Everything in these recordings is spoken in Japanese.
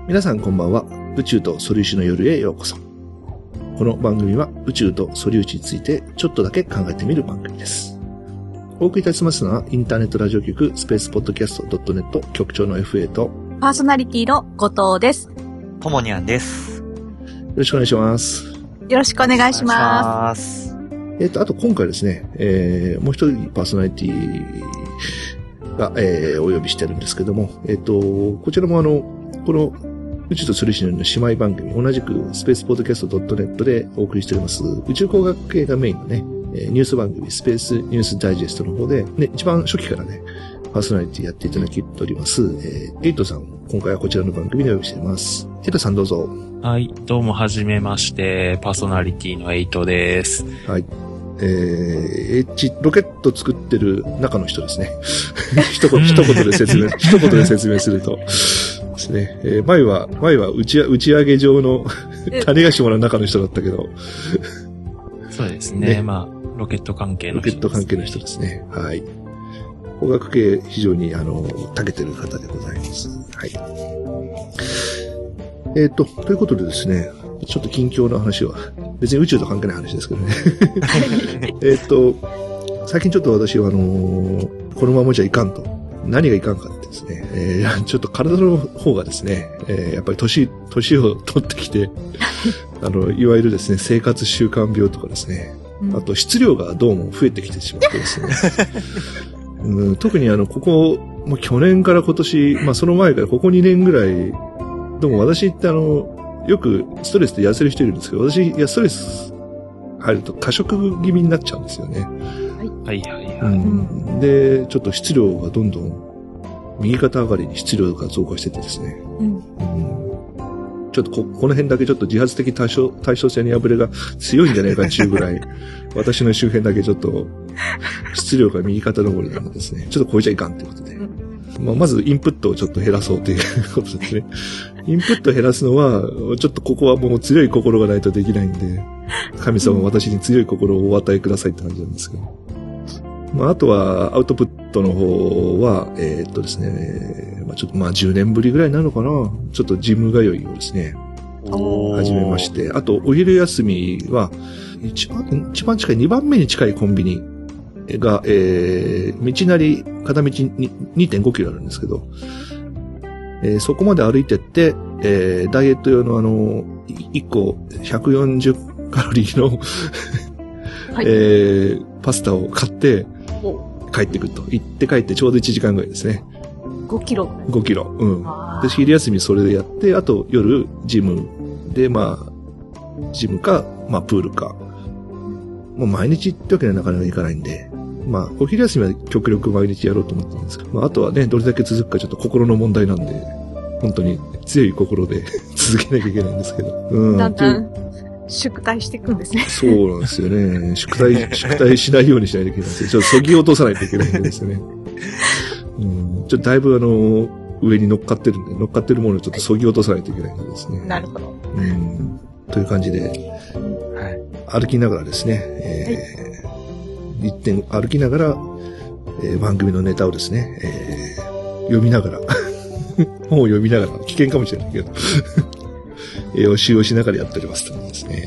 皆さんこんばんは。宇宙と素粒子の夜へようこそ。この番組は宇宙と素粒子についてちょっとだけ考えてみる番組です。お送りいたしますのはインターネットラジオ局スペースポッドキャスト .net 局長の FA とパーソナリティの後藤です。 ともにゃんです。 よろしくお願いします。 よろしくお願いします。 あと今回ですね、もう一人パーソナリティが、お呼びしてるんですけども、こちらもこの宇宙と素粒子の姉妹番組、同じくスペースポッドキャスト .net でお送りしております、宇宙工学系がメインのね、ニュース番組、スペースニュースダイジェストの方で、ね、一番初期からね、パーソナリティやっていただいております、エイトさん、今回はこちらの番組でお呼びしています。エイトさんどうぞ。 はい、どうもはじめまして、パーソナリティのエイトです。 はい。ロケット作ってる中の人ですね。一言で説明すると。ですね。前は打ち上げ上の種子島の中の人だったけど。 そうですね。まあ、ロケット関係の人ですね。ロケット関係の人ですね。はい。工学系非常に長けてる方でございます。はい。ということでですね、ちょっと近況の話は、別に宇宙と関係ない話ですけどね。最近ちょっと私はこのままじゃいかんと。何がいかんかってですね、ちょっと体の方がですね、やっぱり年を取ってきて、いわゆるですね、生活習慣病とかですね、あと質量がどうも増えてきてしまってですね、特にここ、もう去年から今年、まあその前からここ2年ぐらい、どうも私ってよくストレスで痩せる人いるんですけど、私、ストレス入ると過食気味になっちゃうんですよね。 はいはいはい。 で、ちょっと質量がどんどん、右肩上がりに質量が増加しててですね。ちょっとこの辺だけちょっと自発的対称性の破れが強いんじゃないかっていうぐらい、私の周辺だけちょっと、質量が右肩上りなのですね。ちょっと超えちゃいかんってことで。まずインプットをちょっと減らそうということですね。インプットを減らすのは、ちょっとここはもう強い心がないとできないんで、神様は私に強い心をお与えくださいって感じなんですけど。まあ、あとは、アウトプットの方は、ですね、ちょっと10年ぶりぐらいになるのかな。ちょっとジム通いをですね、始めまして、あと、お昼休みは、一番近い、2番目に近いコンビニが、道なり、片道に 2.5 キロあるんですけど、そこまで歩いてって、ダイエット用の1個140カロリーの、はい、パスタを買って、帰ってくると。行って帰ってちょうど1時間ぐらいですね。 5キロ。 5キロ。うん。で、昼休みそれでやって、あと夜、ジムで、ジムか、プールか。もう毎日ってわけにはなかなかいかないんで、お昼休みは極力毎日やろうと思ってるんですけど、あとはね、どれだけ続くかちょっと心の問題なんで、本当に強い心で続けなきゃいけないんですけど。 だんだん宿題していくんですね。 そうなんですよね。宿題しないようにしないといけないんですよ。ちょっとそぎ落とさないといけないんですよね。ちょっとだいぶ上に乗っかってるんで、乗っかってるものをちょっとそぎ落とさないといけないんでですね。 なるほど。 という感じで、歩きながらですね、一点歩きながら、番組のネタをですね、読みながら、本を読みながら、危険かもしれないけど、予習をしながらやっておりますとですね。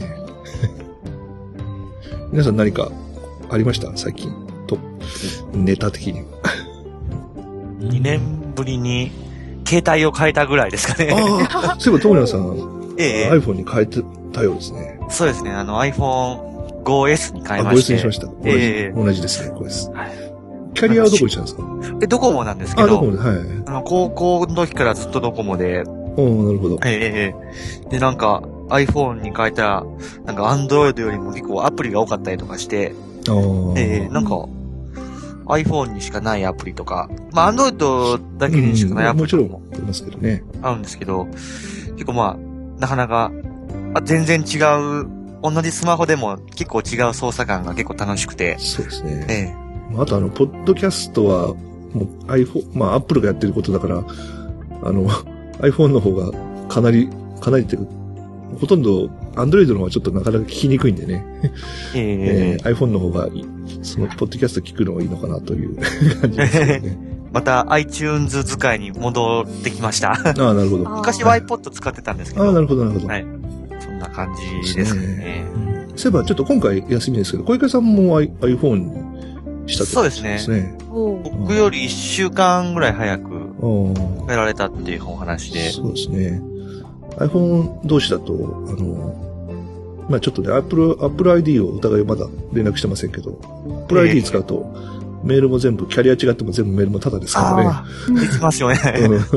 皆さん何かありました最近と、ネタ的に。 2年ぶりに携帯を変えたぐらいですかね。 そういえば、トムヤさん、iPhone に変えてたようですね。 そうですね、iPhone 5S に変えまして。 5S にしました。同じですね、これです。 はい。 キャリアはどこにしたんですか？ ドコモなんですけど。 ドコモで、はい。 高校の時からずっとドコモで。 なるほど。 で、なんか iPhone に変えたら、なんか Android よりも結構アプリが多かったりとかして、なんか iPhone にしかないアプリとか、Android だけにしかないアプリとかもありますけどね。 あるんですけど、結構なかなか、全然違う、同じスマホでも結構違う操作感が結構楽しくて。 そうですね。あとポッドキャストは、もう iPhone、Apple がやってることだから、iPhone の方がかなりっていうか、ほとんど Android の方がちょっとなかなか聞きにくいんでね。iPhone の方が、その、ポッドキャスト聞くのがいいのかなという感じですけどね。 また iTunes 使いに戻ってきました。 ああ、なるほど。 昔は iPod 使ってたんですけど。 ああ、なるほど、なるほど。 はい。そんな感じですね。 そういえば、ちょっと今回休みですけど、小池さんも iPhone にしたってことですね。 そうですね。僕より1週間ぐらい早くやられたっていうお話で。 そうですね。iPhone 同士だと、まあちょっとね、Apple ID をお互いまだ連絡してませんけど、Apple ID 使うと、メールも全部、キャリア違っても全部メールもタダですからね。できますよね。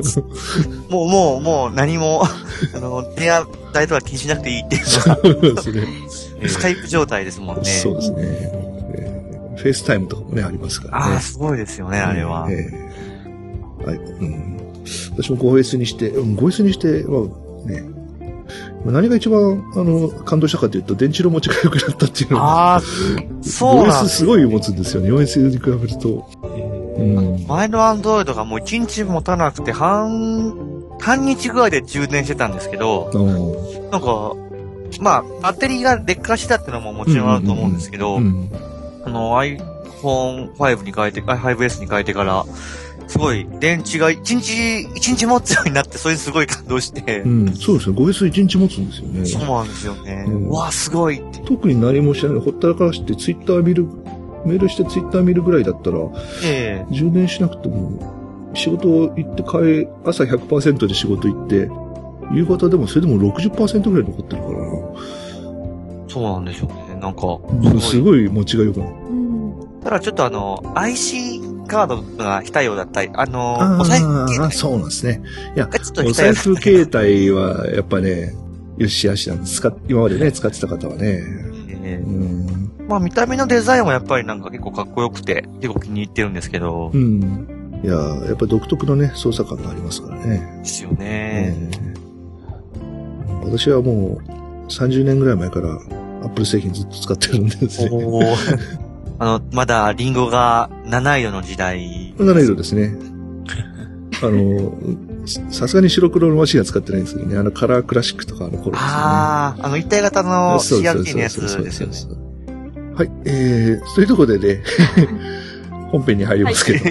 もう何も、電話代とか気にしなくていいっていうのが。そうですね。スカイプ状態ですもんね。 そうですね。フェイスタイムとかもね、ありますからね。 ああ、すごいですよね、あれは。はい。 私も 5S にして、まあね、何が一番、感動したかというと、電池の持ちが良くなったっていうのが。 ああ、そうなん 5S すごい持つんですよね、4S に比べると。 前の Android がもう1日持たなくて、半日ぐらいで充電してたんですけど、なんか、まあ、バッテリーが劣化したっていうのももちろんあると思うんですけど、iPhone5 に変えて、5S に変えてから、すごい、電池が一日持つようになって、それにすごい感動して。 そうですね。5S1 日持つんですよね。 そうなんですよね。うわ、すごいって。 特に何もしない。ほったらかして、メールしてツイッター見るぐらいだったら、充電しなくても、仕事行って朝 100% で仕事行って、夕方でもそれでも 60% ぐらい残ってるからな。 そうなんでしょうね。なんか。 すごい持ちが良くなる。 ただちょっとIC カードが非対応だったり、お財布携帯。 そうなんですね。いや、お財布携帯はやっぱね、よしあしなんです。今までね、使ってた方はね。 まあ見た目のデザインはやっぱりなんか結構かっこよくて、結構気に入ってるんですけど。 いや、やっぱ独特のね、操作感がありますからね。 ですよね。 私はもう30年ぐらい前から Apple 製品ずっと使ってるんですね。 まだリンゴが七色の時代。 七色ですね。さすがに白黒のマシンは使ってないんですけどね。カラークラシックとか頃ですね。 一体型の CRT のやつですよね。 はい。そういうところでね、本編に入りますけど。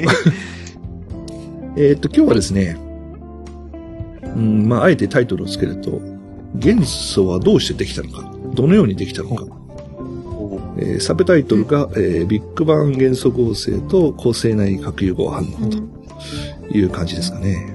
今日はですね、まあ、あえてタイトルをつけると、元素はどうしてできたのか、どのようにできたのか。サブタイトルが、ビッグバン元素合成と構成内核融合反応という感じですかね。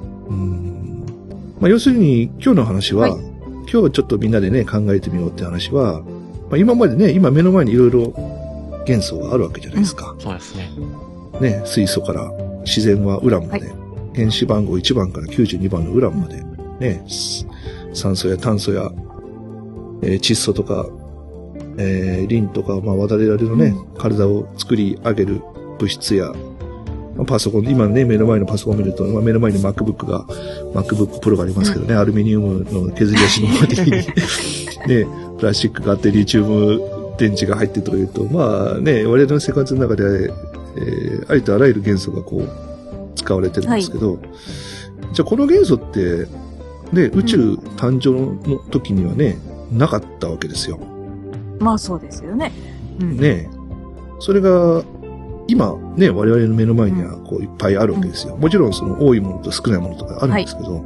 まあ、要するに今日の話は、今日ちょっとみんなでね考えてみようって話は、まあ、今までね、今目の前にいろいろ元素があるわけじゃないですか。 そうですね。 ね、水素から自然はウランまで、原子番号1番から92番のウランまで、ね、酸素や炭素や、窒素とか、リンとか、まあ、我々のね、体を作り上げる物質や、パソコン、今ね、目の前のパソコンを見ると、目の前に MacBook Pro がありますけどね、アルミニウムの削り出しのボディに、ね、プラスチックがあってリチウム電池が入ってるというと、まあね、我々の生活の中で、ありとあらゆる元素がこう、使われてるんですけど、じゃあこの元素って、ね、宇宙誕生の時にはね、なかったわけですよ。 まあそうですよね。 ね、それが、今ね、我々の目の前にはこういっぱいあるわけですよ。もちろんその多いものと少ないものとかあるんですけど、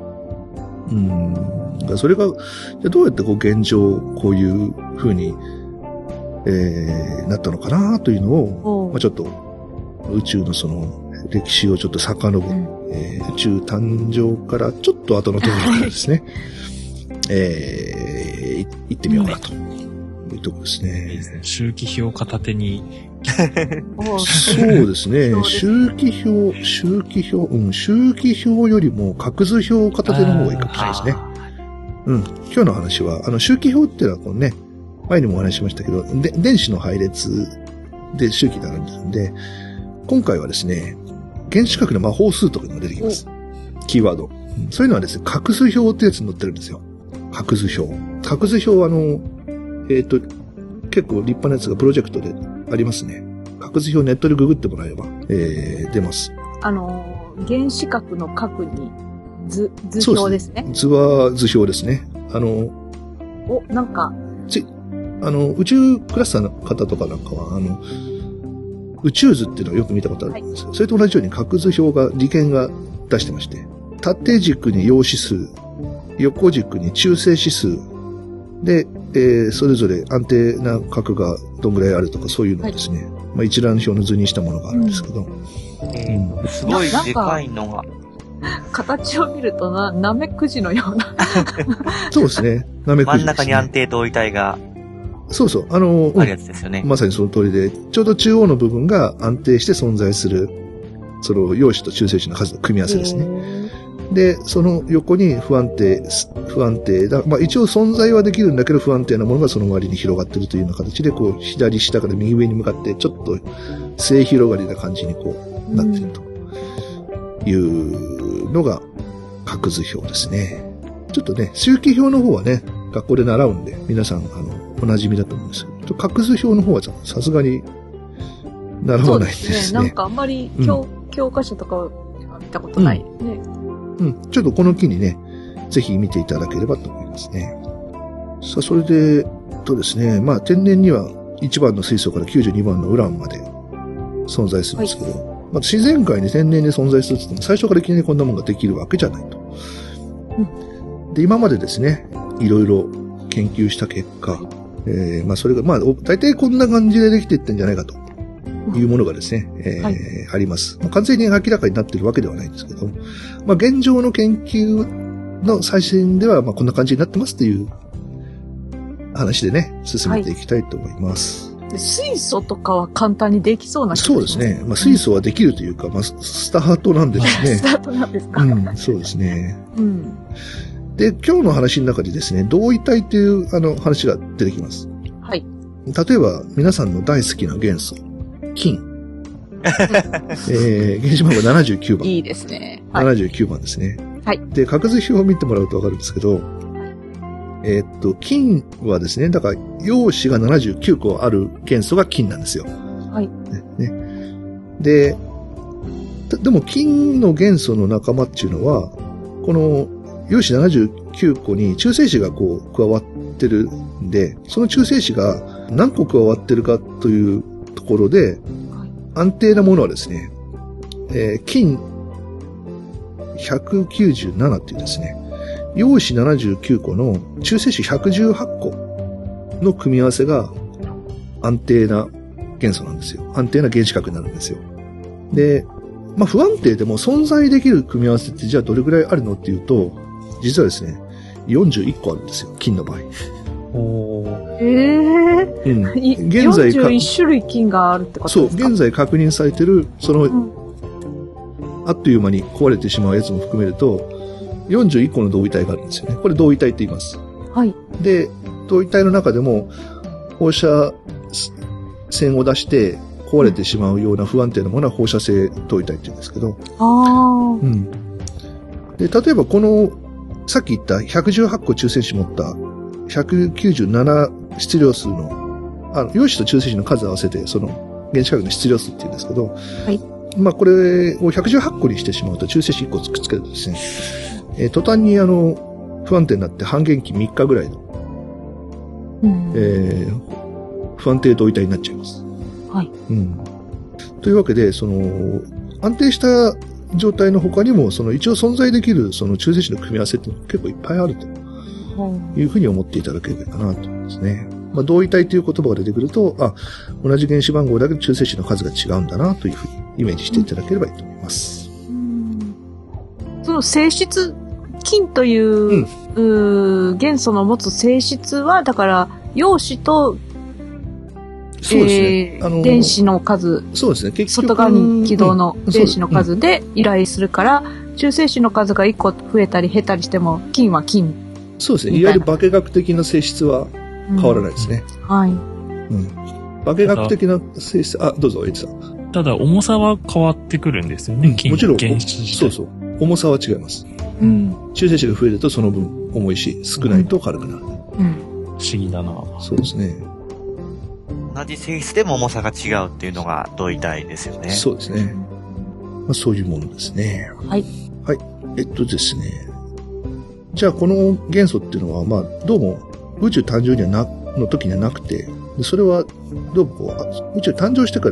それが、じゃあどうやってこう現状、こういう風に、なったのかなというのを、まあ、ちょっと宇宙のその歴史をちょっと遡る、宇宙誕生からちょっと後のところからですね、行ってみようかなというところですね。 周期表片手に。 そうですね。周期表よりも角図表片手の方がいいかもしれないですね。今日の話は、周期表っていうのはこのね、前にもお話ししましたけど、電子の配列で周期になるんで、今回はですね、原子核の魔法数とかが出てきます。キーワード。そういうのはですね、角図表ってやつに載ってるんですよ。角図表。角図表は結構立派なやつがプロジェクトでありますね。角図表ネットでググってもらえば、出ます。 原子核の核に図表ですね。 図は図表ですね。 なんか。 宇宙クラスターの方とかなんかは、 宇宙図っていうのをよく見たことあるんですよ。それと同じように核図表が、理研が出してまして、縦軸に陽指数、横軸に中性指数、で、それぞれ安定な角がどんぐらいあるとかそういうのをですね、まあ一覧表の図にしたものがあるんですけど。 すごいでかいのが。 形を見るとナメクジのような。 そうですね。ナメクジですね。 真ん中に安定同位体が。 そうそう。 あるやつですよね。 まさにその通りで、ちょうど中央の部分が安定して存在する、その陽子と中性子の数の組み合わせですね。で、その横に不安定だ。まあ一応存在はできるんだけど不安定なものがその周りに広がっているというような形で、こう左下から右上に向かってちょっと末広がりな感じにこうなっているというのが核図表ですね。ちょっとね、周期表の方はね、学校で習うんで、皆さんお馴染みだと思うんですけど、核図表の方はさすがに習わないですね。 そうですね。なんかあんまり教科書とかを見たことないね。 ちょっとこの機にね、ぜひ見ていただければと思いますね。さあ、それで、ですね、まあ、天然には1番の水素から92番のウランまで存在するんですけど、まあ、自然界に天然で存在するって言っても、最初からいきなりこんなものができるわけじゃないと。で、今までですね、いろいろ研究した結果、まあ、それが、まあ、大体こんな感じでできていってんじゃないかと。いうものがですね、あります。まあ、完全に明らかになっているわけではないんですけど、まあ、現状の研究の最新では、まあ、こんな感じになってますという話でね、進めていきたいと思います。 水素とかは簡単にできそうな気がします。 そうですね。まあ、水素はできるというか、まあ、スタートなんですね。 スタートなんですか。 そうですね。で、今日の話の中でですね、同位体という話が出てきます。 はい。 例えば、皆さんの大好きな元素。金。原子番号79番。 いいですね。 はい、79番ですね。 はい。 で、核図表を見てもらうとわかるんですけど、金はですね、だから、陽子が79個ある元素が金なんですよ。 はい。 で、でも金の元素の仲間っていうのは、この陽子79個に中性子がこう加わってるんで、その中性子が何個加わってるかというところで、安定なものはですね、金197っていうですね、陽子79個の中性子118個の組み合わせが安定な元素なんですよ。安定な原子核になるんですよ。で、まあ不安定でも存在できる組み合わせってじゃあどれくらいあるのっていうと、実はですね、41個あるんですよ。金の場合。 現在41種類金があるってことですか？ そう、現在確認されてる、あっという間に壊れてしまうやつも含めると、41個の同位体があるんですよね。これ同位体って言います。 はい。 で、同位体の中でも、放射線を出して壊れてしまうような不安定なものは放射性同位体って言うんですけど。で、例えばこの、さっき言った118個中性子持った197質量数の、陽子と中性子の数を合わせて、その原子核の質量数って言うんですけど、 はい。 まあこれを118個にしてしまうと中性子1個くっつけるとですね、途端に不安定になって半減期3日ぐらいの、不安定同位体になっちゃいます。 はい。 というわけで、安定した状態の他にも、一応存在できる、中性子の組み合わせって結構いっぱいあるというふうに思っていただければなと思いますね。まあ、同位体という言葉が出てくると、同じ原子番号だけど中性子の数が違うんだなというふうにイメージしていただければいいと思います。 その性質、金という、元素の持つ性質は、だから、陽子と、 そうですね。 電子の数。 そうですね。 結局外側に軌道の電子の数で依頼するから、中性子の数が1個増えたり減ったりしても、金は金。 そうですね。いわゆる化学的な性質は変わらないですね。 はい。 化学的な性質、どうぞ、エイジさん。 ただ、重さは変わってくるんですよね。金もちろん。 原子自体。 そうそう。重さは違います。中性子が増えるとその分重いし、少ないと軽くなる。 不思議だな。 そうですね。 同じ性質でも重さが違うっていうのが同位体ですよね。 そうですね。まあ、そういうものですね。 はい。 はい。ですね。じゃあこの元素っていうのは、まあ、どうも宇宙誕生の時にはなくて、それはどうも宇宙誕生してから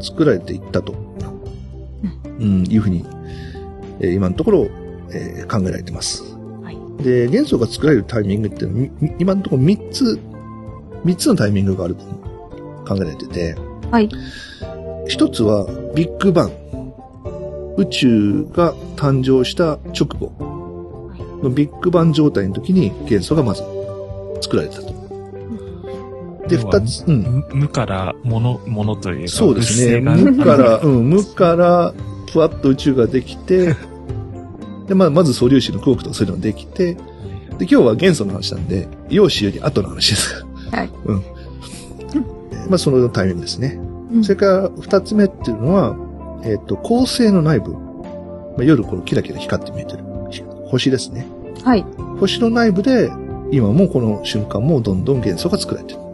作られていったと、いうふうに、今のところ、考えられています。はい、で、元素が作られるタイミングって今のところ3つのタイミングがあると考えられてて、はい。一つはビッグバン。宇宙が誕生した直後のビッグバン状態の時に元素がまず作られたと。で、二つ、 無からものというか。 そうですね。無から、ふわっと宇宙ができて、で、まず素粒子のクォークとかそういうのができて、で、今日は元素の話なんで、陽子より後の話です。はい。そのタイミングですね。それから二つ目っていうのは、恒星の内部。夜このキラキラ光って見えてる。星ですね。はい。星の内部で、今もこの瞬間もどんどん元素が作られてる。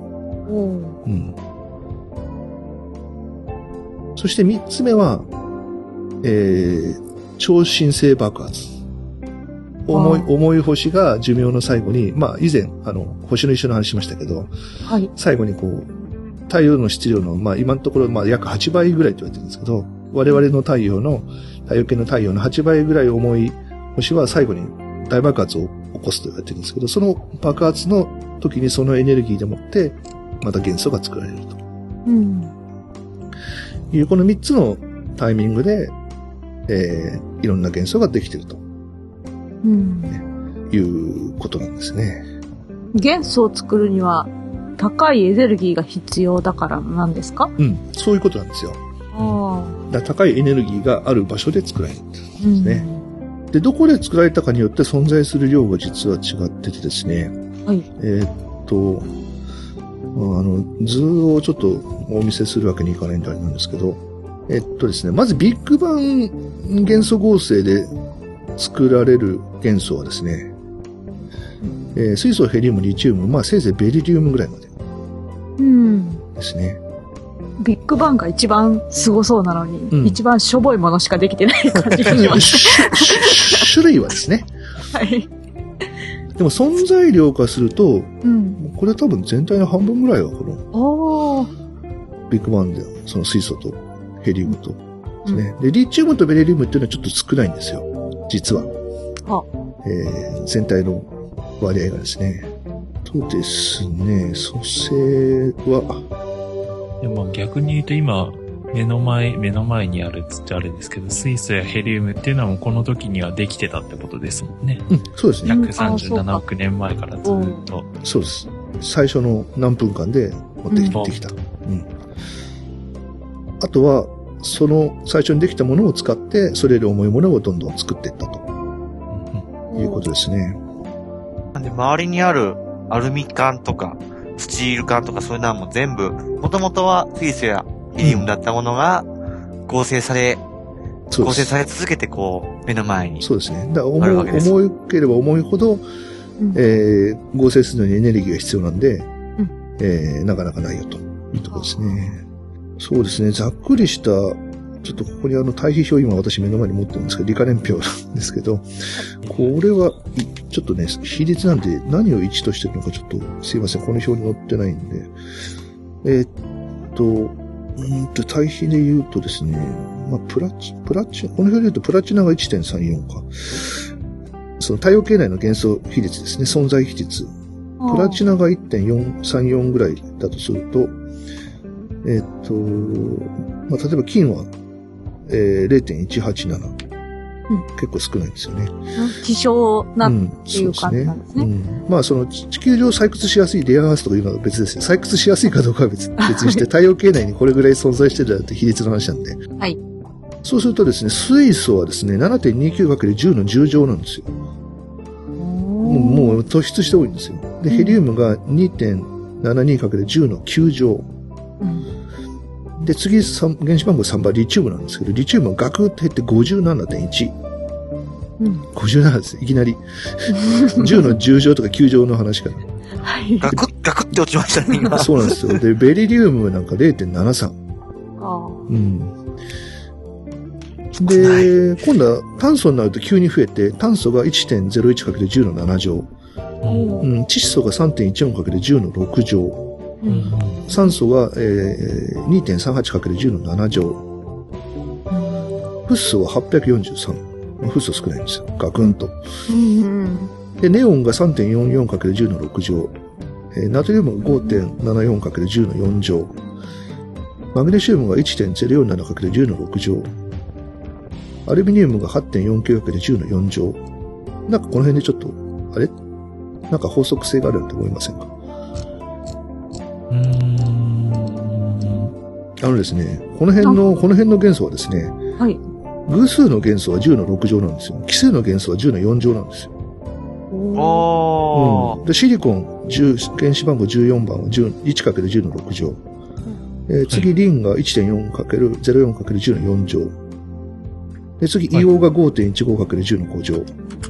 そして三つ目は、超新星爆発。重い星が寿命の最後に、以前、星の一緒の話しましたけど、はい。最後に太陽の質量の、今のところ、約8倍ぐらいと言われてるんですけど、我々の太陽系の太陽の8倍ぐらい重い星は最後に大爆発を起こすと言われてるんですけど、その爆発の時にそのエネルギーでもって、また元素が作られると。いう、この3つのタイミングで、いろんな元素ができていると。いうことなんですね。 元素を作るには、高いエネルギーが必要だからなんですか？ そういうことなんですよ。高いエネルギーがある場所で作られるんですね。で、どこで作られたかによって存在する量が実は違っててですね。はい。図をちょっとお見せするわけにいかないんであれなんですけど、ですね、まずビッグバン元素合成で作られる元素はですね、水素、ヘリウム、リチウム、せいぜいベリリウムぐらいまで。ですね。 ビッグバンが一番凄そうなのに、一番しょぼいものしかできてない感じがします。 種類はですね。はい。でも存在量化すると、これ多分全体の半分ぐらいはビッグバンで、その水素とヘリウムとですね。で、リチウムとベリリウムっていうのはちょっと少ないんですよ。実は。全体の割合がですね。そうですね、組成は、 でも逆に言うと今、目の前にあるっつってあれですけど、水素やヘリウムっていうのはもうこの時にはできてたってことですもんね。 そうですね。 137億年前からずっと。 そうです。最初の何分間で持ってきた。あとは、その最初にできたものを使って、それより重いものをどんどん作っていったと。いうことですね。 なんで周りにあるアルミ缶とか、スチール缶とかそういうのも全部、もともとは水素やヘリウムだったものが合成され続けて目の前に。 そうですね。だから重ければ重いほど、合成するのにエネルギーが必要なんで、なかなかないよというところですね。そうですね。ざっくりした、ちょっとここに対比表今私目の前に持ってるんですけど、理科年表なんですけど、これは、ちょっとね、比率なんで何を1としてるのかちょっと、すいません、この表に載ってないんで。対比で言うとですね、プラチナ、この表で言うとプラチナが 1.34 か。その太陽系内の元素比率ですね、存在比率。プラチナが 1.434 ぐらいだとすると、例えば金は、0.187。結構少ないんですよね。 希少なっていう感じなんですね。 その地球上採掘しやすいレアアースとかいうのは別ですよ。採掘しやすいかどうかは別にして、太陽系内にこれぐらい存在してるって比率の話なんで。はい。そうするとですね、水素はですね、7.29×10 の10乗なんですよ。もう突出して多いんですよ。で、ヘリウムが 2.72×10 の9乗。で、次、原子番号3番、リチウムなんですけど、リチウムはガクッと減って 57.1。57です。いきなり。10の10乗とか9乗の話から。 はい。ガクッって落ちましたね、今。 そうなんですよ。で、ベリリウムなんか 0.73。で、今度は炭素になると急に増えて、炭素が 1.01×10 の7乗。窒素が 3.14×10 の6乗。 酸素が、2.38×10 の7乗。フッ素は843。フッ素少ないんですよ。ガクンと。で、ネオンが 3.44×10 の6乗。ナトリウムが 5.74×10 の4乗。マグネシウムが 1.047×10 の6乗。アルミニウムが 8.49×10 の4乗。なんかこの辺でちょっと、あれなんか法則性があると思いませんか？ですね、この辺の元素はですね、 はい。 偶数の元素は10の6乗なんですよ。奇数の元素は10の4乗なんですよ。でシリコン原子番号14番は 1×10 の6乗。次、リンが 1.4×04×10 の4乗。で、次、硫黄が 5.15×10 の5乗。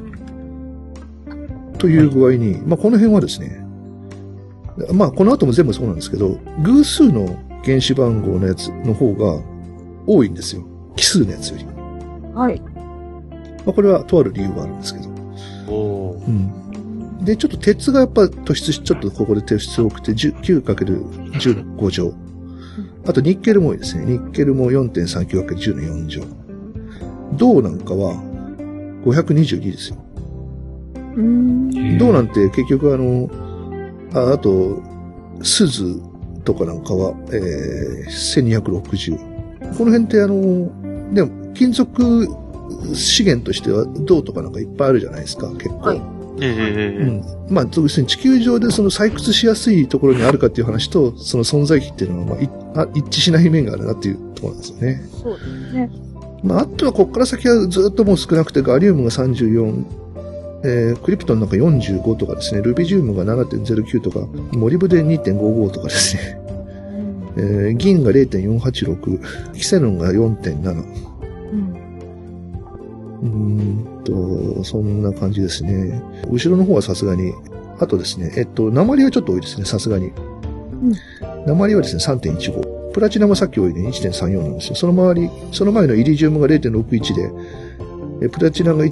という具合に、まあ、この辺はですね、まあ、この後も全部そうなんですけど、偶数の原子番号のやつの方が多いんですよ。奇数のやつより。 はい。 まあ、これはとある理由があるんですけど。で、ちょっと鉄がやっぱ突出し、ちょっとここで突出多くて、9×10 の5乗。あとニッケルも多いですね。ニッケルも 4.39×10 の4乗。銅なんかは522ですよ。銅なんて結局あと、錫とかなんかは、1260。この辺ってでも金属資源としては銅とかなんかいっぱいあるじゃないですか、結構。はい。まあ、要するに地球上でその採掘しやすいところにあるかっていう話と、その存在比っていうのは、まあ、一致しない面があるなっていうところなんですよね。 そうですね。 まあ、あとはこっから先はずっともう少なくて、ガリウムが34、クリプトンなんか45とかですね、ルビジウムが 7.09 とか、モリブデン 2.55 とかですね、銀が 0.486、キセノンが 4.7。そんな感じですね。後ろの方はさすがに、あとですね、鉛はちょっと多いですね、さすがに。鉛はですね、3.15。プラチナもさっき多いね、1.34 なんですよ。その前のイリジウムが 0.61 で、プラチナが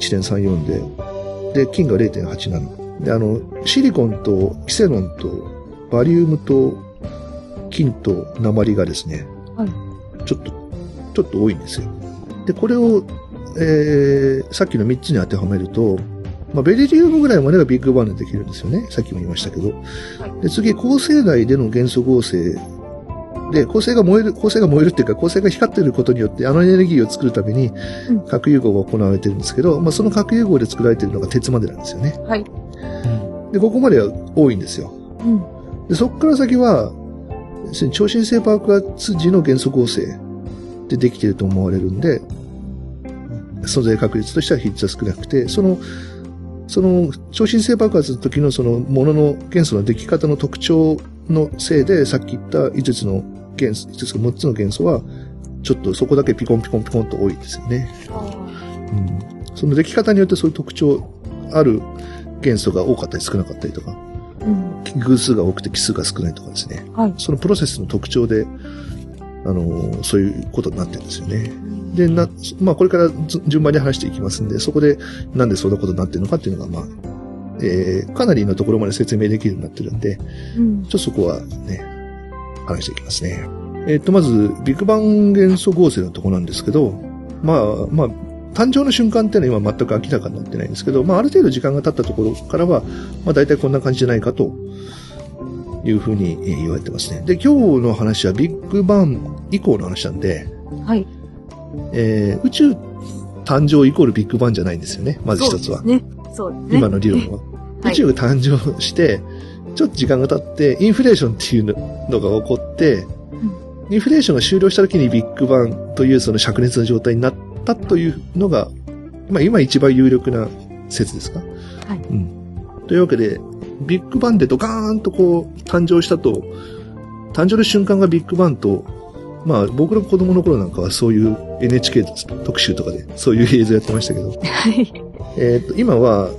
1.34 で、金が 0.87。で、シリコンとキセノンとバリウムと金と鉛がですね、はい、ちょっと多いんですよ。で、これを、さっきの3つに当てはめると、まあ、ベリリウムぐらいまでがビッグバンでできるんですよね。さっきも言いましたけど。で、次、恒星内での元素合成で、恒星が燃えるっていうか、恒星が光っていることによってエネルギーを作るために核融合が行われてるんですけど、まあ、その核融合で作られているのが鉄までなんですよね。はい。で、ここまでは多いんですよ。で、そこから先は、超新星爆発時の元素合成でできていると思われるんで、存在確率としては比率は少なくて、その超新星爆発の時のそのものの元素の出来方の特徴のせいで、さっき言った5つの元素、5つか6つの元素は、ちょっとそこだけピコンピコンピコンと多いですよね。その出来方によってそういう特徴ある元素が多かったり少なかったりとか、偶数が多くて奇数が少ないとかですね。はい、そのプロセスの特徴で、そういうことになってるんですよね。で、まあ、これから順番に話していきますんで、そこでなんでそんなことになってるのかっていうのが、まあ、かなりのところまで説明できるようになってるんで、ちょっとそこはね、話していきますね。まず、ビッグバン元素合成のところなんですけど、まあ、誕生の瞬間っていうのは今全く明らかになってないんですけど、まあ、ある程度時間が経ったところからは、まあ、大体こんな感じじゃないかというふうに言われてますね。で、今日の話はビッグバン以降の話なんで、はい。宇宙誕生イコールビッグバンじゃないんですよね。まず一つは。そうですね。そうですね。今の理論は。宇宙が誕生して、ちょっと時間が経って、インフレーションっていうのが起こって、インフレーションが終了した時にビッグバンというその灼熱の状態になったというのが、まあ今一番有力な説ですか。はい。というわけで、ビッグバンでドカーンとこう誕生したと、誕生の瞬間がビッグバンと、まあ僕の子供の頃なんかはそういう NHK 特集とかでそういう映像やってましたけど、今は、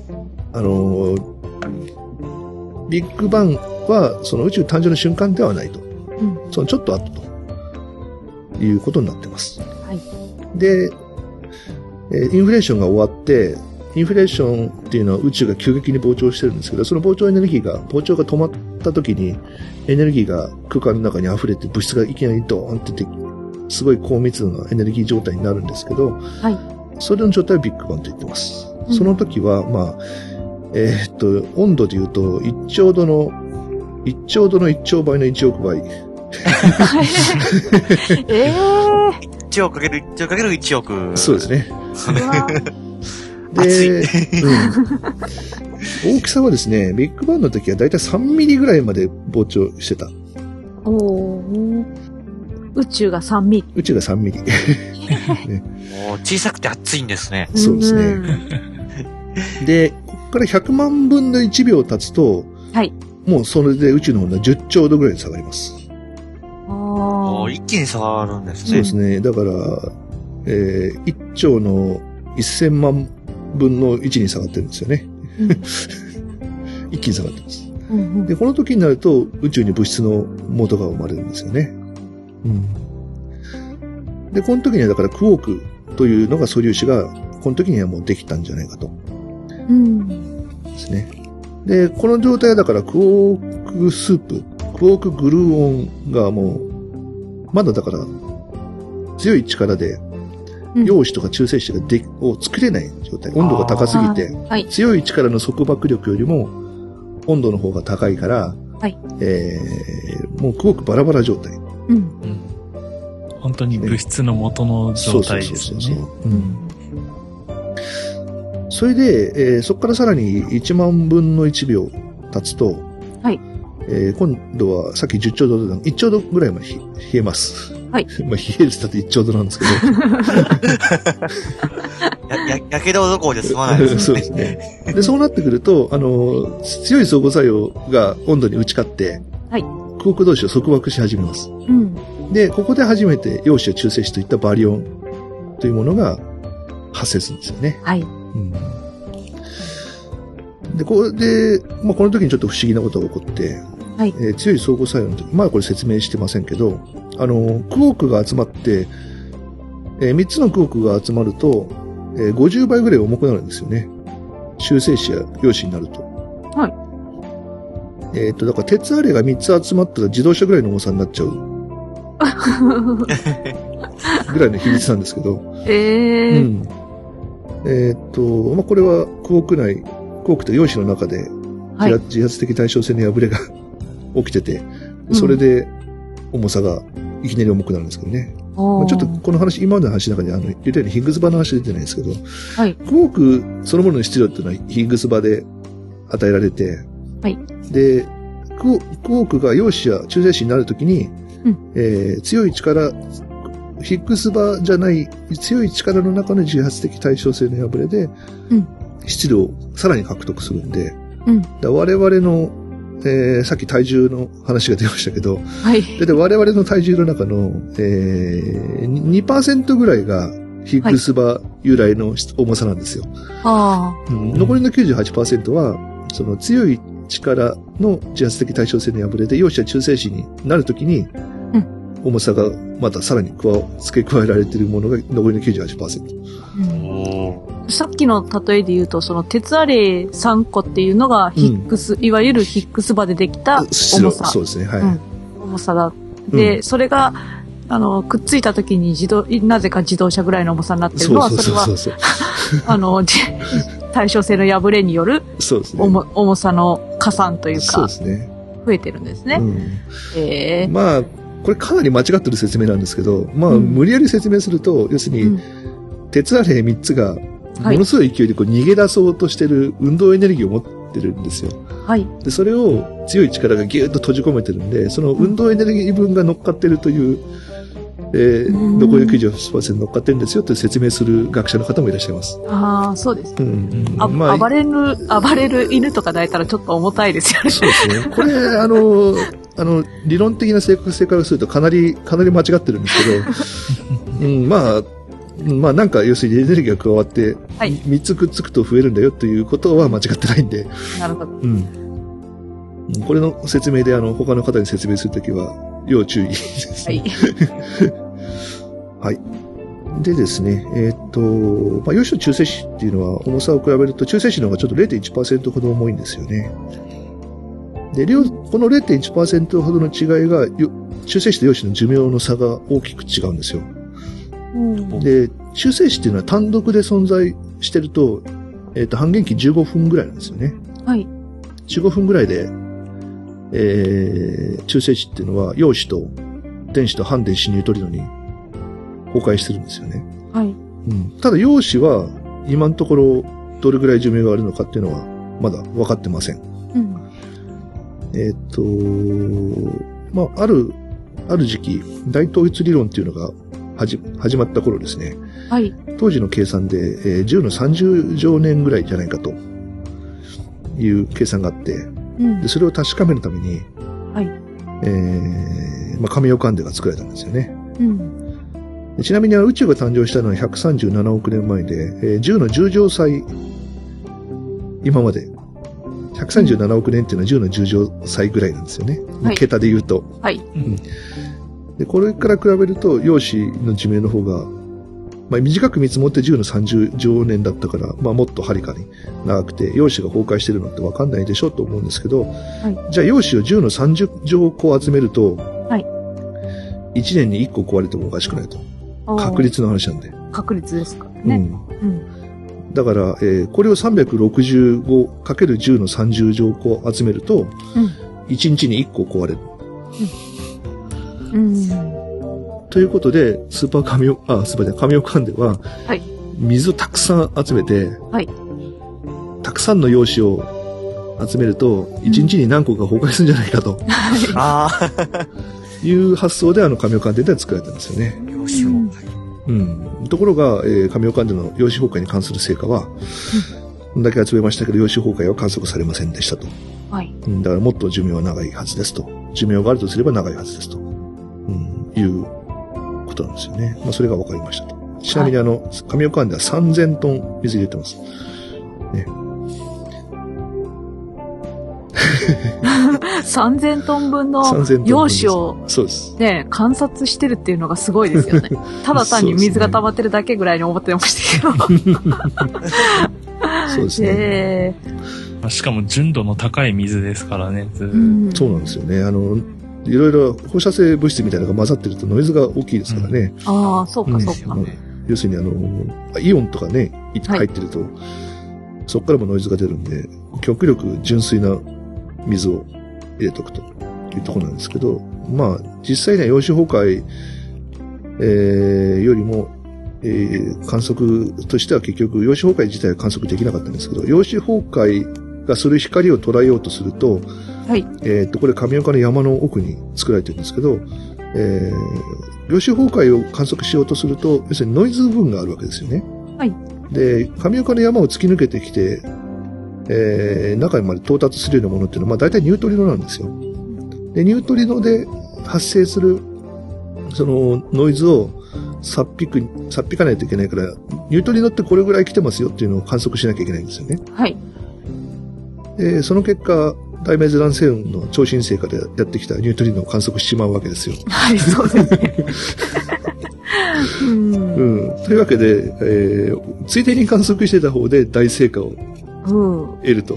ビッグバンはその宇宙誕生の瞬間ではないと。そのちょっと後ということになってます。はい、で、インフレーションが終わって、 インフレーションっていうのは宇宙が急激に膨張してるんですけど、その膨張エネルギーが、膨張が止まった時に、エネルギーが空間の中に溢れて物質がいきなりドーンってすごい高密度なエネルギー状態になるんですけど、はい。それの状態をビッグバンと言ってます。その時は、まあ、温度で言うと、1兆度の1兆倍の1億倍。 1兆かける1兆かける1億。 そうですね。で、大きさはですね、ビッグバンの時はだいたい3ミリぐらいまで膨張してた。 宇宙が3ミリ。 宇宙が3ミリ。ね、 小さくて熱いんですね。 そうですね。で、ここから100万分の1秒経つと、はい。もうそれで宇宙の温度は10兆度ぐらいに下がります。 一気に下がるんですね。 そうですね。だから、1兆の1000万分の1に下がってるんですよね。一気に下がってます。で、この時になると宇宙に物質の元が生まれるんですよね。で、この時にはだからクォークというのが素粒子が、この時にはもうできたんじゃないかと。ですね。で、この状態はだからクォークスープ、クォークグルーオンがもう、まだだから強い力で、陽子とか中性子を作れない状態。温度が高すぎて、はい、強い力の束縛力よりも温度の方が高いから、はい、もうクォークバラバラ状態。 本当に物質の元の状態ですよね。 それで、そこからさらに1万分の1秒経つと、はい、今度はさっき10兆度で1兆度ぐらいまで冷えます。はい。まあ冷えるって言ったって1兆度なんですけど。 やけどどころで済まないですね。 そうですね。で、そうなってくると、強い相互作用が温度に打ち勝って、はい。クォーク同士を束縛し始めます。で、ここで初めて陽子や中性子といったバリオンというものが発生するんですよね。はい。で、これで、まあ、この時にちょっと不思議なことが起こって、はい。強い相互作用の時、まあこれ説明してませんけど、クォークが集まって、3つのクォークが集まると、50倍ぐらい重くなるんですよね。中性子や陽子になると。はい。だから鉄アレが3つ集まったら自動車ぐらいの重さになっちゃう。ぐらいの比率なんですけど。まあ、これはクォークと陽子の中で、はい、自発的対称性の破れが起きてて、それで重さがいきなり重くなるんですけどね。まあ、ちょっとこの話、今までの話の中で言ったようにヒッグス場の話出てないですけど、はい、クォークそのものの質量っていうのはヒッグス場で与えられて、はい、で、クォークが陽子や中性子になるときに、強い力、ヒッグス場じゃない強い力の中の自発的対称性の破れで、質量をさらに獲得するんで、だ我々の、さっき体重の話が出ましたけど、はい、で我々の体重の中の、2% ぐらいがヒッグス場由来の重さなんですよ。残りの 98% は、その強い力の自発的対称性の破れで陽子や中性子になるときに、重さがまたさらに付け加えられているものが残りの 98%。 さっきの例えで言うと、その鉄アレイ3個っていうのがヒッグス、いわゆるヒッグス場でできた重さ。 そうですね、はい。 重さだ。で、それが、くっついた時になぜか自動車ぐらいの重さになってるのは、それは、対称性の破れによる、重さの加算というか、そうですね。増えてるんですね。 まあ、これかなり間違ってる説明なんですけど、まあ、無理やり説明すると、要するに、鉄アレイ3つが、ものすごい勢いで逃げ出そうとしてる運動エネルギーを持ってるんですよ。はい。で、それを強い力がギューッと閉じ込めてるんで、その運動エネルギー分が乗っかってるという、残りの 98% 乗っかってるんですよって説明する学者の方もいらっしゃいます。 ああ、そうです。暴れる犬とか抱いたらちょっと重たいですよね。 そうですね。これ、理論的な正確性からするとかなり間違ってるんですけど、まあなんか要するにエネルギーが加わって、3つくっつくと増えるんだよということは間違ってないんで。なるほど。これの説明で他の方に説明するときは要注意です。はい。はい。 でですね、陽子と中性子っていうのは重さを比べると中性子の方がちょっと 0.1% ほど重いんですよね。で、この 0.1% ほどの違いが、中性子と陽子の寿命の差が大きく違うんですよ。で、中性子っていうのは単独で存在してると、半減期15分ぐらいなんですよね。 はい。 15分ぐらいで、中性子っていうのは陽子と電子と反電子ニュートリノに崩壊してるんですよね。 はい。 ただ陽子は今のところどれぐらい寿命があるのかっていうのはまだ分かってません。ある時期、大統一理論っていうのが始まった頃ですね。 はい。 当時の計算で、10の30乗年ぐらいじゃないかという計算があって、でそれを確かめるために、 はい。 神代カンデが作られたんですよね。ちなみに宇宙が誕生したのは137億年前で、10の10乗歳、今まで。137億年っていうのは10の10乗歳ぐらいなんですよね。はい、桁で言うと。 はい。 で、これから比べると、陽子の寿命の方が、短く見積もって10の30乗年だったから、もっとはるかに長くて、陽子が崩壊してるのってわかんないでしょと思うんですけど、はい、じゃあ陽子を10の30乗個集めると、はい、1年に1個壊れてもおかしくないと。確率の話なんで。 確率ですかね。 だから、これを 365×10 の30乗個集めると、1日に1個壊れる。ということで、神代カンデは、はい、水をたくさん集めて、はい、たくさんの陽子を集めると、1日に何個か崩壊するんじゃないかと。いう発想で神代カンデで作られたんですよね。 陽子を。 ところが、神代カンデの陽子崩壊に関する成果は、こんだけ集めましたけど、陽子崩壊は観測されませんでしたと。はい。だからもっと寿命は長いはずですと。寿命があるとすれば長いはずですと。いうことなんですよね。それが分かりましたと。ちなみに神代カンデは3000トン水入れてます。ね。 3000トン分の陽子をね、観察してるっていうのがすごいですよね。ただ単に水が溜まってるだけぐらいに思ってましたけど。 そうですね。 しかも純度の高い水ですからね。 そうなんですよね。いろいろ放射性物質みたいなのが混ざってるとノイズが大きいですからね。 ああ、そうかそうか。 要するにイオンとかね、入ってると、そこからもノイズが出るんで、極力純粋な水を入れとくというところなんですけど、実際には陽子崩壊、よりも、観測としては結局陽子崩壊自体は観測できなかったんですけど、陽子崩壊がする光を捉えようとすると、はい。これ神岡の山の奥に作られてるんですけど、陽子崩壊を観測しようとすると、要するにノイズ分があるわけですよね。はい。で、神岡の山を突き抜けてきて、中まで到達するようなものっていうのは、大体ニュートリノなんですよ。で、ニュートリノで発生する、そのノイズをさっぴかないといけないから、ニュートリノってこれぐらい来てますよっていうのを観測しなきゃいけないんですよね。はい。で、その結果、大明ゼラン星雲の超新星下でやってきたニュートリノを観測してしまうわけですよ。 はい、そうですね。 というわけで、ついでに観測してた方で大成果を得ると、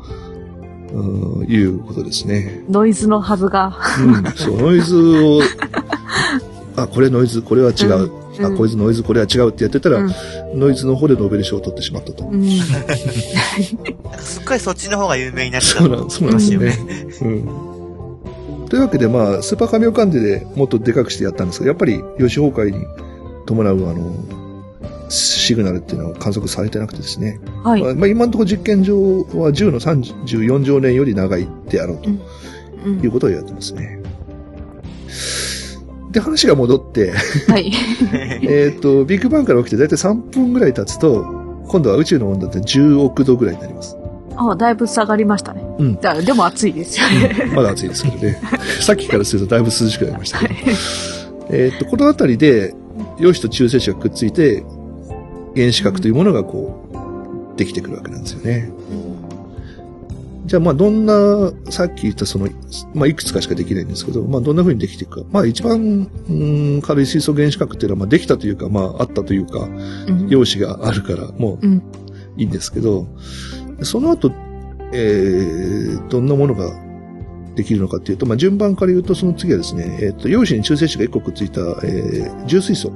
いうことですね。 ノイズのはずが。 そう、ノイズを、これノイズ、これは違う。こいつノイズ、これは違うってやってたら、ノイズの方でノーベル賞を取ってしまったと。 すっごいそっちの方が有名になった。 そうなんですよね。というわけで、スーパー神代カンデでもっとでかくしてやったんですが、やっぱり陽子崩壊に伴うシグナルっていうのは観測されてなくてですね。はい。今のところ実験上は10の34乗年より長いであろうということを言われてますね。で、話が戻って、はい。ビッグバンから起きてだいたい3分ぐらい経つと、今度は宇宙の温度って10億度ぐらいになります。 だいぶ下がりましたね。でも暑いですよね。 まだ暑いですけどね。さっきからするとだいぶ涼しくなりましたけど。このあたりで、陽子と中性子がくっついて、原子核というものができてくるわけなんですよね。 じゃあまあどんな、さっき言ったその、まあいくつかしかできないんですけど、まあどんな風にできていくか。まあ一番、軽い水素原子核っていうのはまあできたというか、まああったというか、用紙があるからもういいんですけど、その後、どんなものができるのかっていうと、まあ順番から言うとその次はですね、陽子に中性子が1個くっついた、重水素。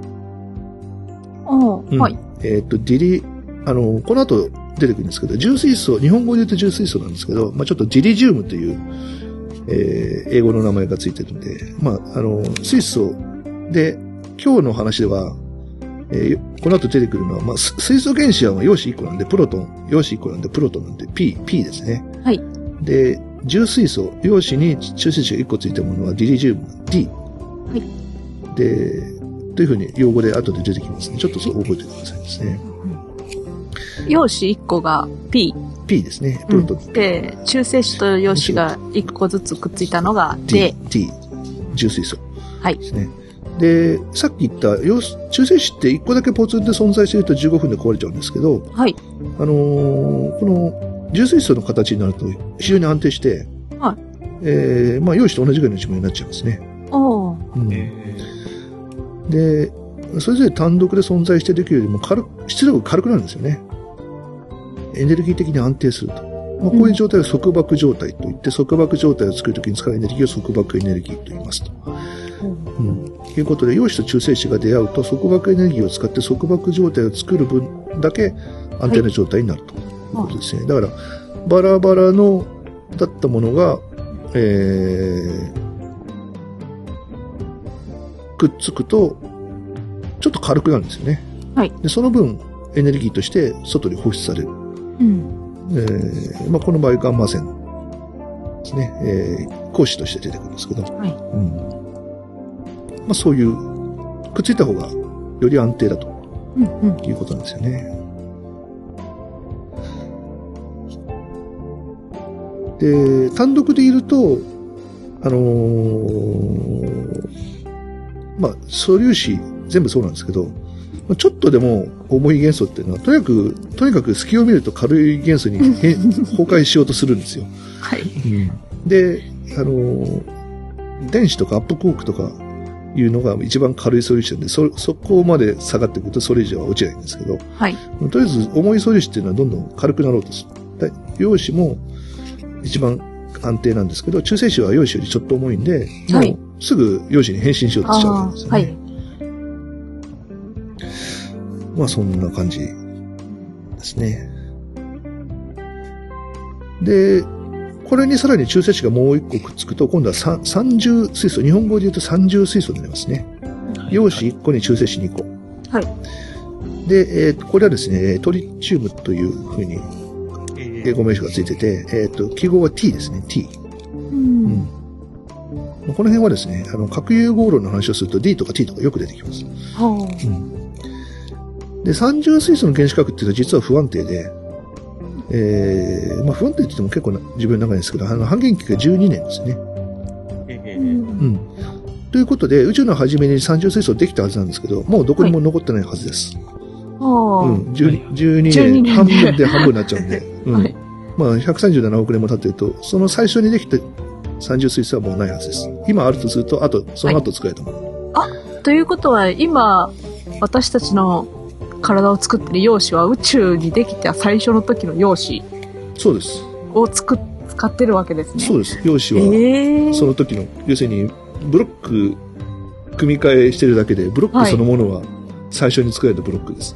はい。 この後出てくるんですけど、重水素、日本語で言うと重水素なんですけど、まあちょっとディリジウムという、英語の名前がついてるんで、まあ水素で、今日の話では、この後出てくるのは、まあ水素原子は陽子1個なんで、プロトン、陽子1個なんで、プロトンなんで、P ですね。 はい。 で、重水素、陽子に中性子が1個ついたものはディリジウム、D。 はい。 で、というふうに用語で後で出てきますね。ちょっとそう覚えてくださいですね。 陽子1個が P。 P ですね。プロトン。 で、中性子と陽子が1個ずつくっついたのが D。 重水素。 はい。 ですね。で、さっき言った中性子って1個だけポツンで存在していると15分で壊れちゃうんですけど、 はい。 この重水素の形になると非常に安定して、 はい。 まあ陽子と同じぐらいの寿命になっちゃいますね。で、それぞれ単独で存在してできるよりも質量が軽くなるんですよね。エネルギー的に安定すると。まあ、こういう状態を束縛状態といって、束縛状態を作るときに使うエネルギーを束縛エネルギーと言いますと。ということで、陽子と中性子が出会うと、束縛エネルギーを使って束縛状態を作る分だけ安定な状態になるということですね。だから、バラバラの、だったものが、くっつくと、ちょっと軽くなるんですよね。 はい。 で、その分、エネルギーとして外に放出される。まあ、この場合、ガンマ線ですね。光子として出てくるんですけど。はい。まあ、そういう、くっついた方がより安定だと。いうことなんですよね。で、単独でいると、まあ、素粒子全部そうなんですけど、ちょっとでも重い元素っていうのは、とにかく隙を見ると軽い元素に崩壊しようとするんですよ。 はい。 で、電子とかアップコークとかいうのが一番軽い素粒子なんで、そこまで下がってくるとそれ以上は落ちないんですけど、 はい。 とりあえず重い素粒子っていうのはどんどん軽くなろうとする。陽子も一番安定なんですけど、中性子は陽子よりちょっと重いんで、もうすぐ陽子に変身しようとしちゃうんですよね。はい。まあそんな感じですね。で、これにさらに中性子がもう一個くっつくと、今度は三重水素、日本語で言うと三重水素になりますね。陽子1個に中性子2個。はい。で、これはですね、トリチウムというふうに、英語名称がついてて、記号は T ですね、T。この辺はですね、核融合論の話をすると D とか T とかよく出てきます。で、三重水素の原子核っていうのは実は不安定で、まあ不安定って言っても結構自分の中ですけど、半減期が12年ですね。ということで、宇宙の初めに三重水素できたはずなんですけど、もうどこにも残ってないはずです。12年、半分で半分になっちゃうんで、まあ137億年も経ってると、その最初にできた三重水素はもうないはずです。今あるとすると、その後作られたもの。 ということは、今、私たちの体を作ってる陽子は宇宙にできた最初の時の陽子。 そうです。 を使ってるわけですね。 そうです。陽子は、その時の、要するに、ブロック、組み替えしてるだけで、ブロックそのものは最初に作られたブロックです。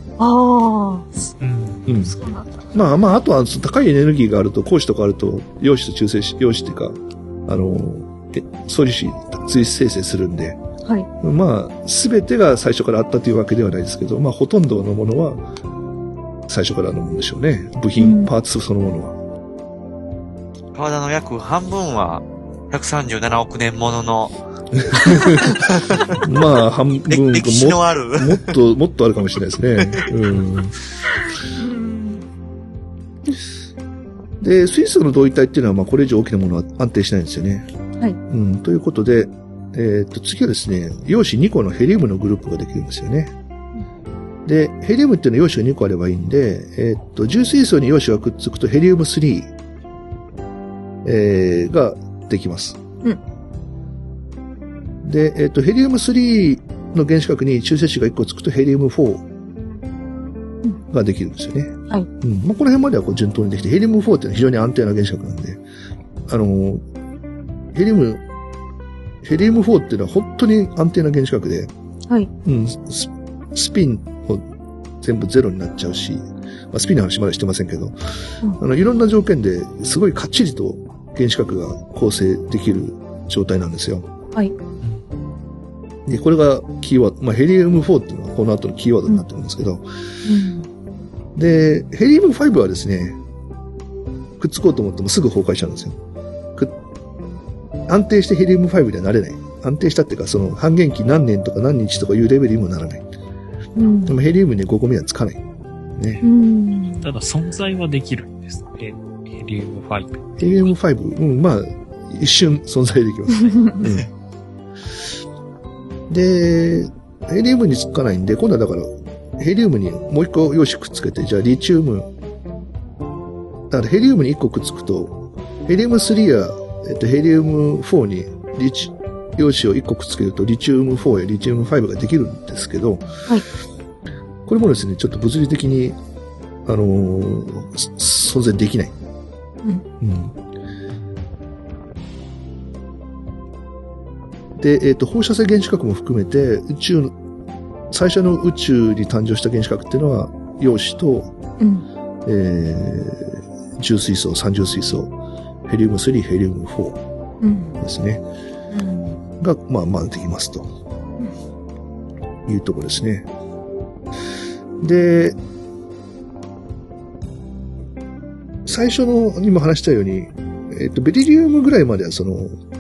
まあ、あとは高いエネルギーがあると、光子とかあると、陽子と中性子、陽子っていうか、素粒子、追生成するんで、はい、まあ、すべてが最初からあったというわけではないですけど、まあ、ほとんどのものは、最初からのものでしょうね。部品、パーツそのものは。 体の約半分は、137億年ものの、 まあ、半分。 歴史のある。 もっとあるかもしれないですね。で、水素の同位体っていうのは、まあ、これ以上大きなものは安定しないんですよね。はい。ということで、次はですね、陽子2個のヘリウムのグループができるんですよね。で、ヘリウムっていうのは陽子が2個あればいいんで、重水素に陽子がくっつくとヘリウム3。 ができます。 うん。 で、ヘリウム3の原子核に中性子が1個つくとヘリウム4ができるんですよね。 はい。 うん。まあ、この辺まではこう順当にできて、ヘリウム4っていうのは非常に安定な原子核なんで、ヘリウム4っていうのは本当に安定な原子核で、 はい。 うん。スピンも全部ゼロになっちゃうし、まあ、スピンの話まだしてませんけど、いろんな条件ですごいかっちりと原子核が構成できる状態なんですよ。 はい。 で、これがキーワード、まあ、ヘリウム4っていうのはこの後のキーワードになってるんですけど、で、ヘリウム5はですね、くっつこうと思ってもすぐ崩壊しちゃうんですよ。安定してヘリウム5ではなれない。安定したっていうか、その半減期何年とか何日とかいうレベルにもならない。でもヘリウムに5個目はつかない。ね。 ただ存在はできるんですね。ヘリウム5。 ヘリウム5、まあ、一瞬存在できますね。で、ヘリウムにつかないんで、今度はだから、ヘリウムにもう一個陽子くっつけて、じゃあリチウム、だからヘリウムに一個くっつくと、ヘリウム3や、ヘリウム4に陽子を一個くっつけると、リチウム4やリチウム5ができるんですけど、 はい。 これもですね、ちょっと物理的に、存在できない。で、放射性原子核も含めて、最初の宇宙に誕生した原子核っていうのは、陽子と、重水素、三重水素、ヘリウム3、ヘリウム4ですね。が、まあできますと。いうところですね。で、最初の今話したように、ベリリウムぐらいまではその、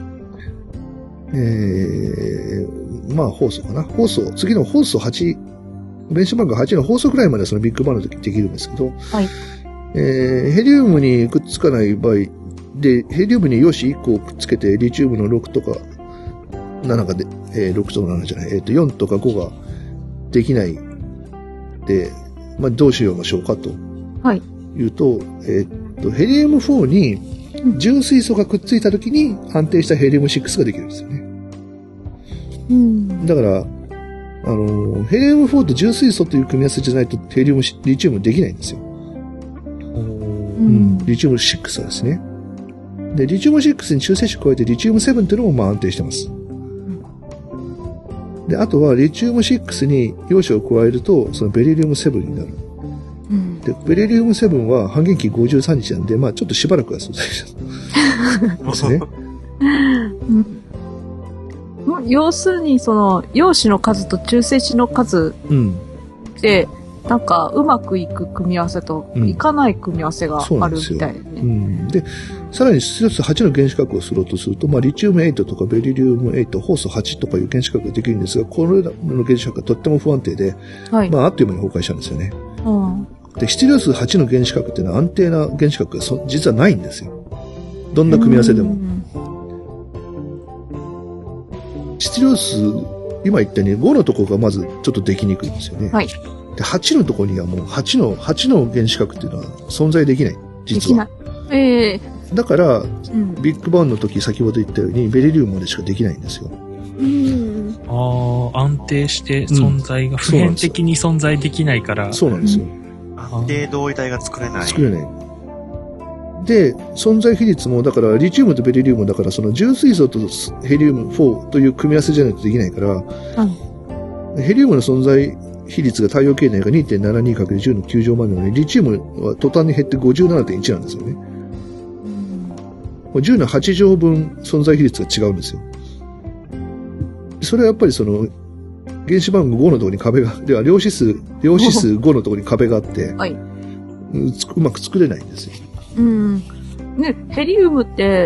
まあ、放素かな。次の放素8、電子番号8の放素ぐらいまではそのビッグバンの時できるんですけど、 はい。 ヘリウムにくっつかない場合で、ヘリウムに陽子1個をくっつけて、リチウムの6とか、7がで、6とか7じゃない、4とか5ができないで、まあ、どうしようましょうかと。 はい。 いうと、ヘリウム4に純水素がくっついたときに安定したヘリウム6ができるんですよね。だから、ヘリウム4と純水素という組み合わせじゃないとヘリウム、リチウムできないんですよ。リチウム6はですね。で、リチウム6に中性子を加えてリチウム7というのもまあ安定してます。で、あとはリチウム6に陽子を加えると、そのベリリウム7になる。で、ベリリウム7は半減期53日なんで、まあちょっとしばらくは存在したですね。 要するに、その、陽子の数と中性子の数で、なんか、うまくいく組み合わせと、いかない組み合わせがあるみたいですね。 で、さらに出力8の原子核をするとすると、まあ、リチウム8とかベリリウム8、ホース8とかいう原子核ができるんですが、これらの原子核がとっても不安定で、まあ、あっという間に崩壊したんですよね。で、質量数8の原子核っていうのは安定な原子核が実はないんですよ。どんな組み合わせでも。質量数、今言ったように5のところがまずちょっとできにくいんですよね。 はい。 で、8のところにはもう8の原子核っていうのは存在できない。実は。 できない。 だから、ビッグバンの時先ほど言ったようにベリリウムまでしかできないんですよ。 安定して存在が、普遍的に存在できないから。 そうなんですよ。 安定同位体が作れない。 作れない。で、存在比率も、だから、リチウムとベリリウムだから、その純水素とヘリウム4という組み合わせじゃないとできないから、ヘリウムの存在比率が太陽系内が 2.72×10 の9乗までなのに、リチウムは途端に減って 57.1 なんですよね。10の8乗分存在比率が違うんですよ。それはやっぱりその、原子番号5のところに壁が、では量子数5のところに壁があって、 はい、 うまく作れないんですよ。 ね、ヘリウムって、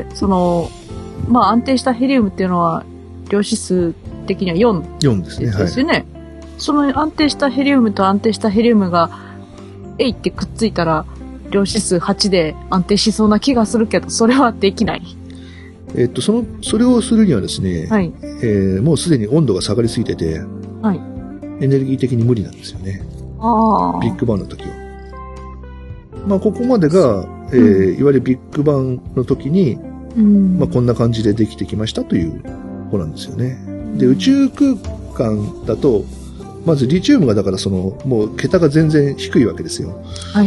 その、まあ安定したヘリウムっていうのは、量子数的には4 ですね。 ですよね。はい、その安定したヘリウムと安定したヘリウムが、えいってくっついたら、量子数8で安定しそうな気がするけど、それはできない。 それをするにはですね、 はい、 もうすでに温度が下がりすぎてて、 はい、 エネルギー的に無理なんですよね。ビッグバンの時は。まあ、ここまでが、 いわゆるビッグバンの時に、まあこんな感じでできてきましたという方なんですよね。で、宇宙空間だと、まずリチウムがだからもう桁が全然低いわけですよ。 はい。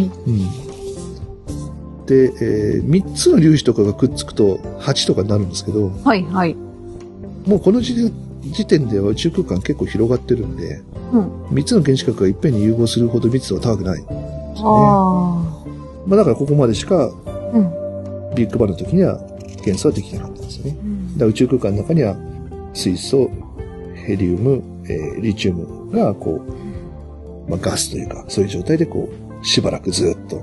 で、3つの粒子とかがくっつくと8とかになるんですけど、 はいはい。 もうこの時点では宇宙空間結構広がってるんで、3つの原子核がいっぺんに融合するほど密度は高くないですよね。まあだからここまでしか、ビッグバンの時には元素はできなかったんですよね。だから宇宙空間の中には水素、ヘリウム、リチウムがこう、まあ、ガスというかそういう状態でこうしばらくずっと、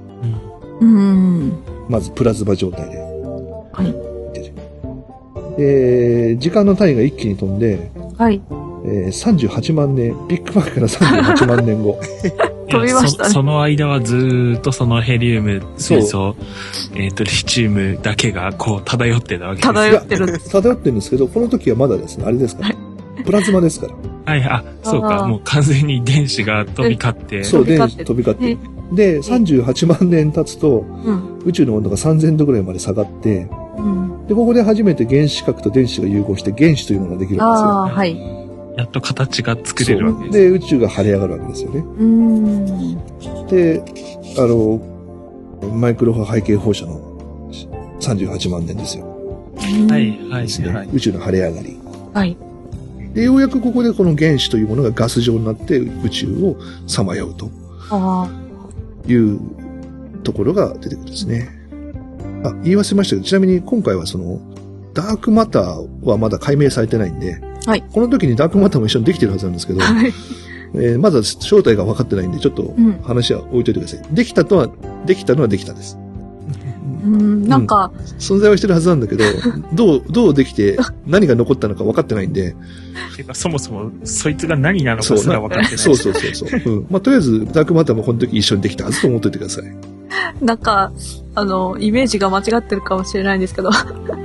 まずプラズマ状態で出る。時間の単位が一気に飛んで、38万年、ビッグバンから38万年後。 飛びましたね。 その間はずーっとそのヘリウム、水素、リチウムだけがこう漂ってたわけです。 漂ってるんです。 漂ってるんですけど、この時はまだですね、あれですから。プラズマですから。 はい、そうか、もう完全に電子が飛び交って。 そう、電子飛び交って。で、38万年経つと、宇宙の温度が3000度ぐらいまで下がって、で、ここで初めて原子核と電子が融合して原子というのができるんですよ。 はい。 やっと形が作れるわけです。 で、宇宙が晴れ上がるわけですよね。で、マイクロ波背景放射の38万年ですよ。 はい、はい、 宇宙の晴れ上がり。 はい。 で、ようやくここでこの原子というものがガス状になって宇宙をさまようというところが出てくるんですね。言い忘れましたけど、ちなみに今回はダークマターはまだ解明されてないんで、 はい、 この時にダークマターも一緒にできてるはずなんですけど、まだ正体が分かってないんで、ちょっと話は置いといてください。できたのはできたんです。 なんか、 存在はしてるはずなんだけど、どうできて何が残ったのか分かってないんで。 てか、そもそもそいつが何なのかすら分かってない。 そう。まあ、とりあえず、ダークマターもこの時一緒にできたはずと思っといてください。 なんか、イメージが間違ってるかもしれないんですけど、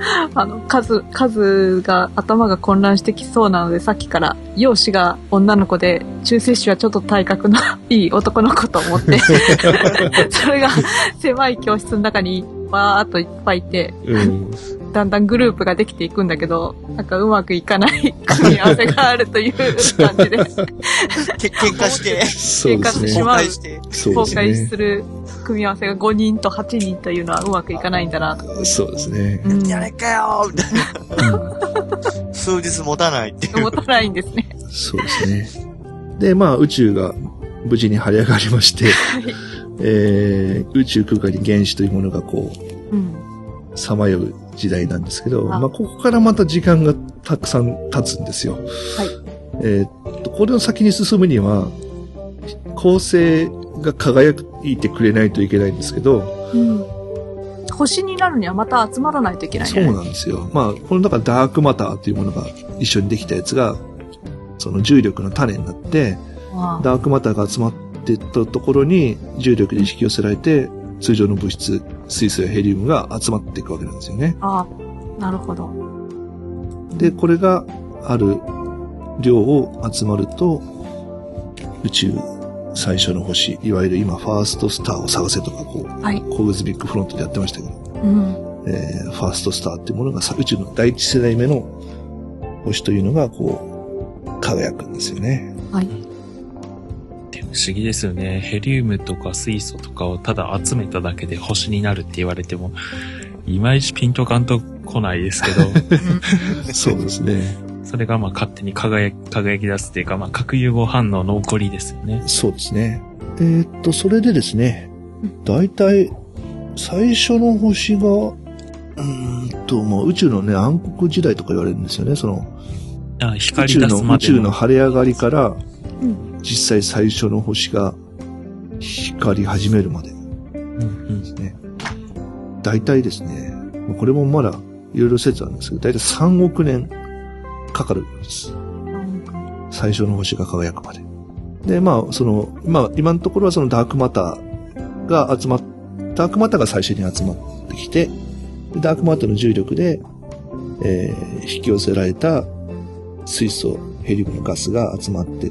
数が、頭が混乱してきそうなので、さっきから、容姿が女の子で、中性子はちょっと体格のいい男の子と思って、それが狭い教室の中に、わーっといっぱいいて、だんだんグループができていくんだけど、なんかうまくいかない組み合わせがあるという感じで。 喧嘩して、 喧嘩してしまう。崩壊する組み合わせが5人と8人というのはうまくいかないんだなと。 そうですね。 やれかよみたいな。数日持たないっていう。 持たないんですね。 そうですね。で、まあ宇宙が無事に晴れ上がりまして、宇宙空間に原子というものがこう、さまよう時代なんですけど、まあここからまた時間がたくさん経つんですよ。はい。これを先に進むには、恒星が輝いてくれないといけないんですけど、 星になるにはまた集まらないといけない、ね。 そうなんですよ。まあ、この中ダークマターというものが一緒にできたやつが、その重力の種になって、ダークマターが集まっていったところに重力で引き寄せられて、通常の物質、水素やヘリウムが集まっていくわけなんですよね。 なるほど。 で、これがある量を集まると、宇宙最初の星、いわゆる今ファーストスターを探せとかコグズミックフロントでやってましたけど、ファーストスターっていうものが宇宙の第一世代目の星というのが輝くんですよね。 はい。 でも不思議ですよね。ヘリウムとか水素とかをただ集めただけで星になるって言われても、いまいちピンとかんと来ないですけど。 そうですね。 それが勝手に輝き出すっていうか、核融合反応の起こりですよね。 そうですね。それでですね、だいたい最初の星が、もう宇宙のね、暗黒時代とか言われるんですよね。 光出すまで宇宙の晴れ上がりから、実際最初の星が光り始めるまでですね。だいたいですね、これもまだいろいろ説あるんですけど、だいたい3億年かかるんです。最初の星が輝くまで。で、今のところはそのダークマターがダークマターが最初に集まってきて、ダークマターの重力で、引き寄せられた水素、ヘリウムのガスが集まっていって、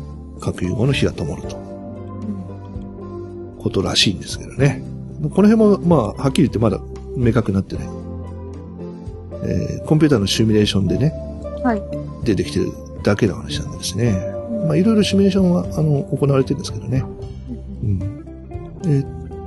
核融合の火が灯ると。ことらしいんですけどね。 この辺も、まあ、はっきり言ってまだ明確になってない。コンピューターのシミュレーションでね、 はい。 出てきてるだけの話なんですね。まあ、いろいろシミュレーションは、行われてるんですけどね。うん。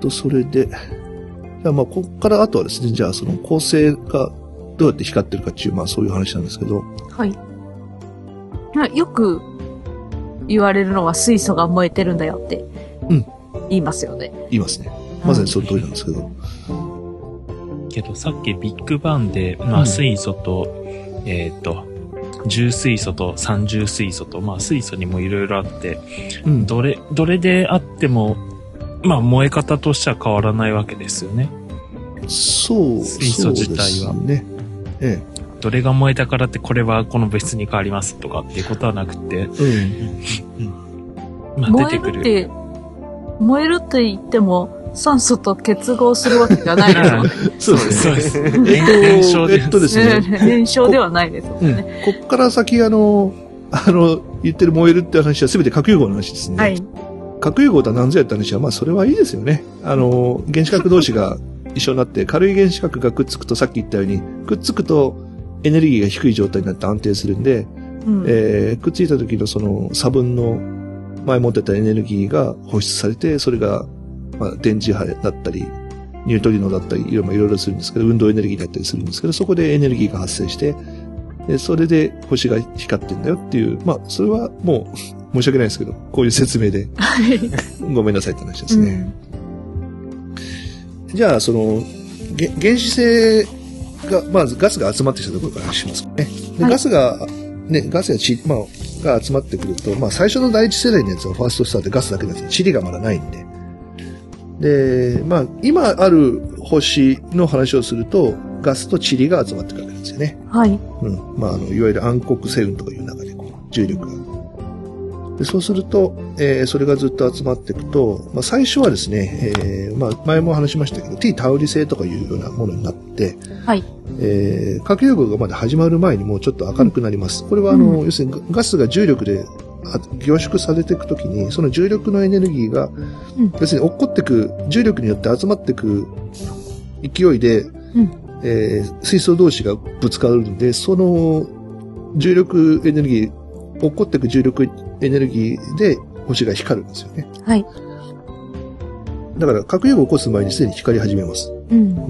それで、じゃあまあ、ここからあとはですね、じゃあその構成がどうやって光ってるかっていう、まあそういう話なんですけど。 はい。よく言われるのは水素が燃えてるんだよって。 うん。 言いますよね。 言いますね。まさにその通りなんですけど。 けどさっきビッグバンで、まあ水素と、重水素と三重水素と、まあ水素にもいろいろあって、うん、どれであっても、まあ燃え方としては変わらないわけですよね。 そう、 水素自体は。 ね。ええ。 どれが燃えたからってこれはこの物質に変わりますとかっていうことはなくて、まあ出てくる。 燃えるって言っても酸素と結合するわけじゃないですよね。 そうです。そうです。 燃焼ですね。 燃焼ではないですよね。 こっから先言ってる燃えるって話は全て核融合の話ですね。はい。核融合とは何ぞやった話は、まあそれはいいですよね。原子核同士が一緒になって軽い原子核がくっつくとさっき言ったように、くっつくとエネルギーが低い状態になって安定するんで、くっついた時のその差分の前持ってたエネルギーが放出されて、それが、まあ、電磁波だったり、ニュートリノだったり、いろいろするんですけど、運動エネルギーだったりするんですけど、そこでエネルギーが発生して、それで星が光ってんだよっていう、まあ、それはもう、申し訳ないですけど、こういう説明で、ごめんなさいって話ですね。じゃあ、原子性が、まずガスが集まってきたところからしますね。で、ガスが集まってくると、まあ最初の第一世代のやつはファーストスターでガスだけなんです。塵がまだないんで。で、まあ今ある星の話をすると、ガスと塵が集まってくるわけですよね。 はい。 まあいわゆる暗黒星雲とかいう中で重力が。でそうすると、それがずっと集まっていくと、まあ最初はですね、まあ前も話しましたけど、T タウリ星とかいうようなものになって、はい。核融合がまだ始まる前にもうちょっと明るくなります。これは要するにガスが重力で凝縮されていくときに、その重力のエネルギーが、要するに落っこってく、重力によって集まってく勢いで、水素同士がぶつかるんで、その重力エネルギー、落っこってく重力エネルギーで星が光るんですよね。はい。だから核融合を起こす前にすでに光り始めます。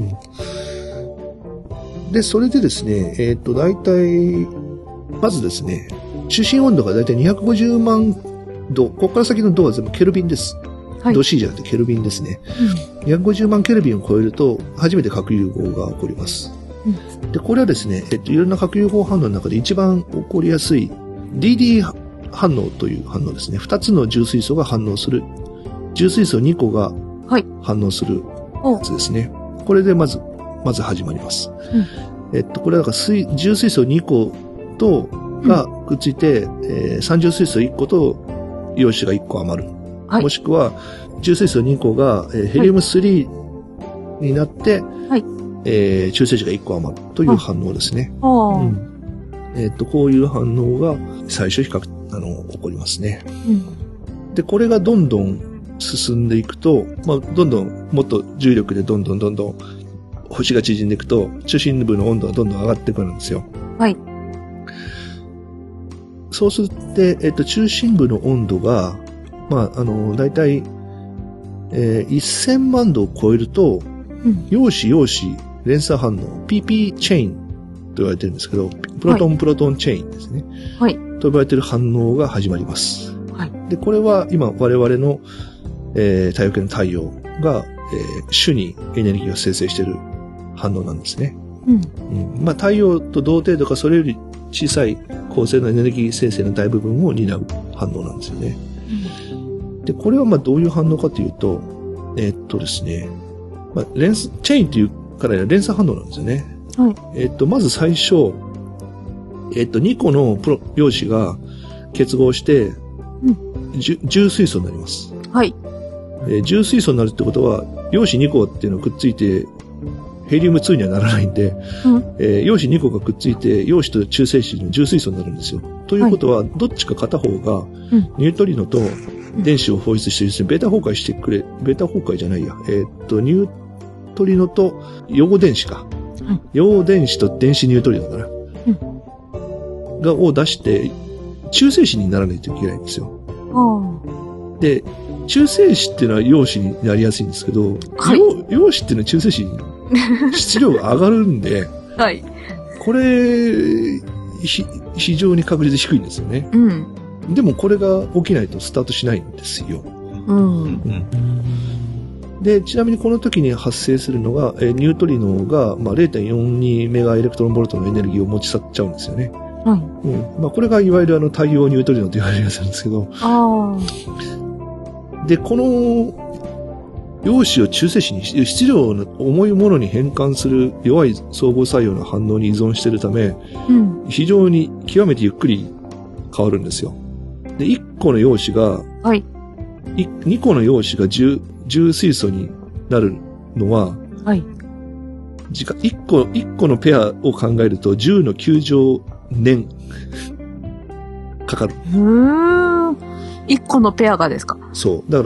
で、それでですね、大体、まずですね、中心温度が大体250万度、ここから先の度は全部ケルビンです。はい、度 C じゃなくてケルビンですね。250万ケルビンを超えると、初めて核融合が起こります。で、これはですね、いろんな核融合反応の中で一番起こりやすい DD 反応という反応ですね。2つの重水素が反応する。重水素2個が反応するやつですね。これでまず始まります。これだから重水素2個と、がくっついて、三重水素1個と陽子が1個余る。はい、もしくは、重水素2個が、ヘリウム3になって、中性子が1個余るという反応ですね。こういう反応が最初起こりますね。で、これがどんどん進んでいくと、まあ、どんどんもっと重力でどんどん星が縮んでいくと、中心部の温度がどんどん上がってくるんですよ。はい。そうすると、中心部の温度が、まあ、だいたい、1000万度を超えると、陽子連鎖反応、PP チェインと言われてるんですけど、プロトンチェインですね。はい。と呼ばれている反応が始まります。はい。で、これは今我々の、太陽系の太陽が、主にエネルギーを生成している反応なんですね。まあ、太陽と同程度かそれより小さい恒星のエネルギー生成の大部分を担う反応なんですよね。で、これはまあどういう反応かというと、ですね、まあ、チェインっていうから連鎖反応なんですよね。はい。まず最初、2個の陽子が結合して、重水素になります。はい。重水素になるってことは、陽子2個っていうのがくっついて、ヘリウム2にはならないんで、陽子2個がくっついて、陽子と中性子の重水素になるんですよ。ということは、どっちか片方が、ニュートリノと電子を放出してですね、ベータ崩壊してくれ、ベータ崩壊じゃないや。ニュートリノと陽電子か。陽電子と電子ニュートリノかな。を出して、中性子にならないといけないんですよ。で、中性子っていうのは陽子になりやすいんですけど、陽子っていうのは中性子に質量が上がるんで、 はい。 これ、非常に確率低いんですよね。でもこれが起きないとスタートしないんですよ。で、ちなみにこの時に発生するのが、ニュートリノが、0.42 メガエレクトロンボルトのエネルギーを持ち去っちゃうんですよね。これがいわゆる太陽ニュートリノと言われるやつなんですけど。で、この陽子を中性子に、質量の重いものに変換する弱い相互作用の反応に依存しているため、非常に極めてゆっくり変わるんですよ。で、1個の陽子が、2個の陽子が重水素になるのは、1個のペアを考えると10の9乗年かかる。 1個のペアがですか？ そう。だから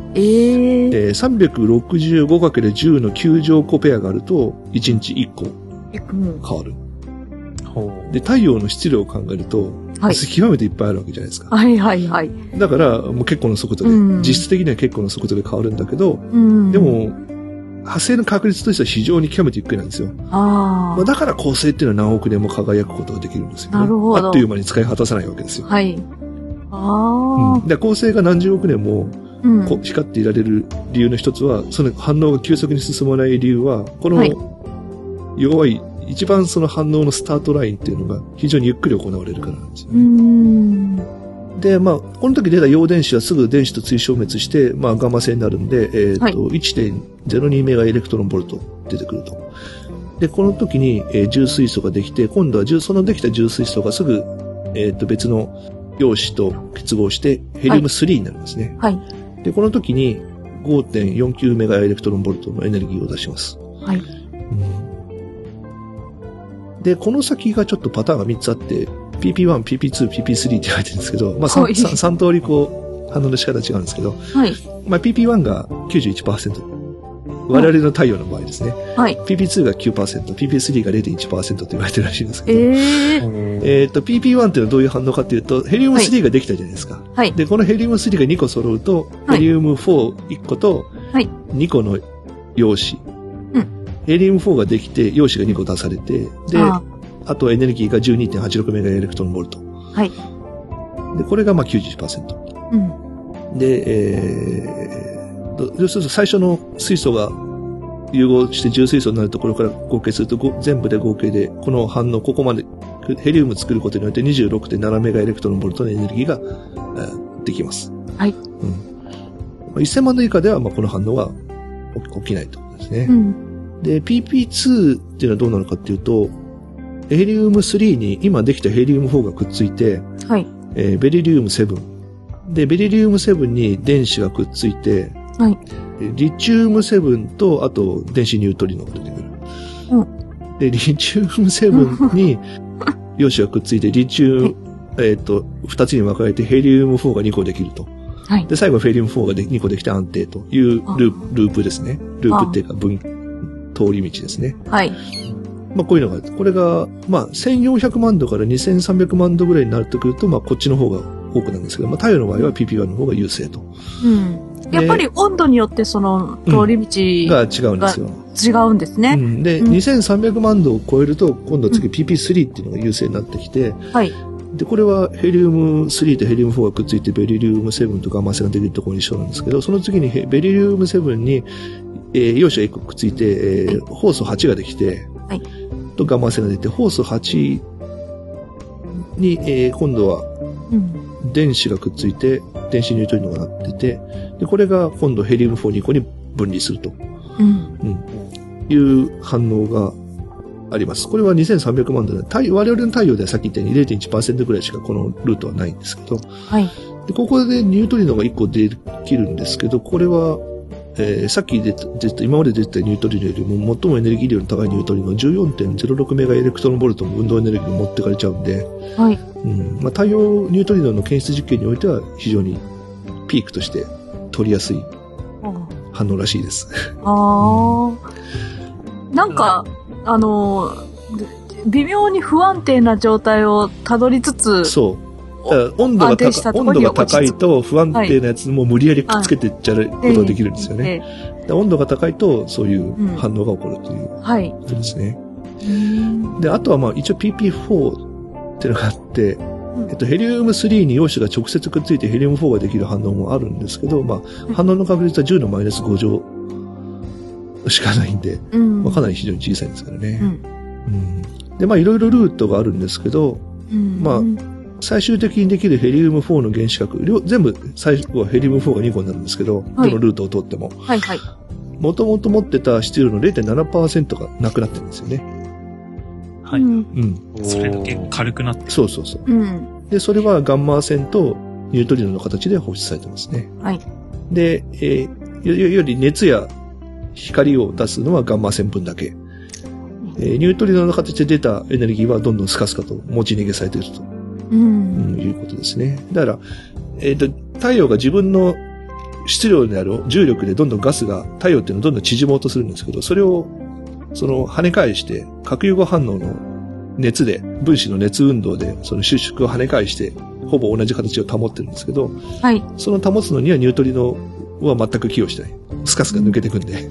、365×10 の9乗個ペアがあると、1日1個変わる。で、太陽の質量を考えると、極めていっぱいあるわけじゃないですか。だから、もう結構の速度で、実質的には結構の速度で変わるんだけど、でも、発生の確率としては非常に極めて低いなんですよ。だから恒星っていうのは何億年も輝くことができるんですよね。あっという間に使い果たさないわけですよ。で、恒星が何十億年も光っていられる理由の一つは、その反応が急速に進まない理由は、この弱い、一番その反応のスタートラインっていうのが非常にゆっくり行われるからなんですよね。で、この時出た陽電子はすぐ電子と追消滅して、ガンマ線になるんで、1.02 メガエレクトロンボルト出てくると。で、この時に、重水素ができて、今度はそのできた重水素がすぐ、別の陽子と結合して、ヘリウム3になるんですね。で、この時に 5.49 メガエレクトロンボルトのエネルギーを出します。で、この先がちょっとパターンが3つあって、PP1、PP2、PP3 って言われてるんですけど、3通り反応の仕方違うんですけど、PP1 が 91%。我々の太陽の場合ですね。PP2 が 9%、PP3 が 0.1% と言われてるらしいんですけど、PP1 っていうのはどういう反応かっていうと、ヘリウム3ができたじゃないですか。で、このヘリウム3が2個揃うと、ヘリウム4、1個と、2個の陽子。ヘリウム4ができて、陽子が2個出されて、で、あとエネルギーが 12.86 メガエレクトロンボルト。で、これが91%。で、要すると最初の水素が融合して重水素になるところから合計すると全部で合計でこの反応ここまでヘリウム作ることによって 26.7 メガエレクトロンボルトのエネルギーができます。1000万度以下ではこの反応は起きないということですね。で、PP2 っていうのはどうなのかっていうと、ヘリウム3に今できたヘリウム4がくっついて、ベリリウム7。で、ベリリウム7に電子がくっついて、リチウム7と、あと電子ニュートリノが出てくる。で、リチウム7に陽子がくっついて、リチウム、2つに分かれてヘリウム4が2個できると。で、最後ヘリウム4が2個できて安定というループですね。ループっていうか通り道ですね。こういうのが、これが、1400万度から2300万度ぐらいになってくると、こっちの方が多くなんですけど、太陽の場合は PP1 の方が優勢と。 やっぱり温度によってその通り道が違うんですよ。 違うんですね。 で、2300万度を超えると、今度次 PP3 っていうのが優勢になってきて、で、これはヘリウム3とヘリウム4がくっついてベリリウム7とガンマ線ができるところに一緒なんですけど、その次にベリリウム7に、陽子が1個くっついて、ホース8ができて、とガンマ線が出て、ホース8に、今度は、電子がくっついて、電子ニュートリノがなってて、で、これが今度ヘリウム4、2個に分離すると。いう反応があります。これは2300万度で、我々の太陽ではさっき言ったように 0.1% ぐらいしかこのルートはないんですけど、でここでニュートリノが1個できるんですけど、これは、さっき今まで出てたニュートリノよりも最もエネルギー量の高いニュートリノ 14.06 メガエレクトロンボルトも運動エネルギーに持ってかれちゃうんで、太陽ニュートリノの検出実験においては非常にピークとして取りやすい反応らしいです。 なんか、微妙に不安定な状態をたどりつつ、 そう。だから温度が高いと不安定なやつも無理やりくっつけていっちゃうことができるんですよね。温度が高いとそういう反応が起こるということですね。で、あとは一応 PP4 っていうのがあって、ヘリウム3に陽子が直接くっついてヘリウム4ができる反応もあるんですけど、反応の確率は10のマイナス5乗しかないんで、かなり非常に小さいんですからね。で、いろいろルートがあるんですけど、最終的にできるヘリウム4の原子核、全部最後はヘリウム4が2個になるんですけど、どのルートを通っても。もともと持ってた質量の 0.7% がなくなってるんですよね。 はい。それだけ軽くなってる。 そう。で、それはガンマ線とニュートリノの形で放出されてますね。で、より熱や光を出すのはガンマ線分だけ。ニュートリノの形で出たエネルギーはどんどんスカスカと持ち逃げされていると、いうことですね。だから、太陽が自分の質量である重力でどんどんガスが、太陽っていうのをどんどん縮もうとするんですけど、それを、跳ね返して、核融合反応の熱で、分子の熱運動で、その収縮を跳ね返して、ほぼ同じ形を保ってるんですけど、その保つのにはニュートリノは全く寄与してない。スカスカ抜けていくんで。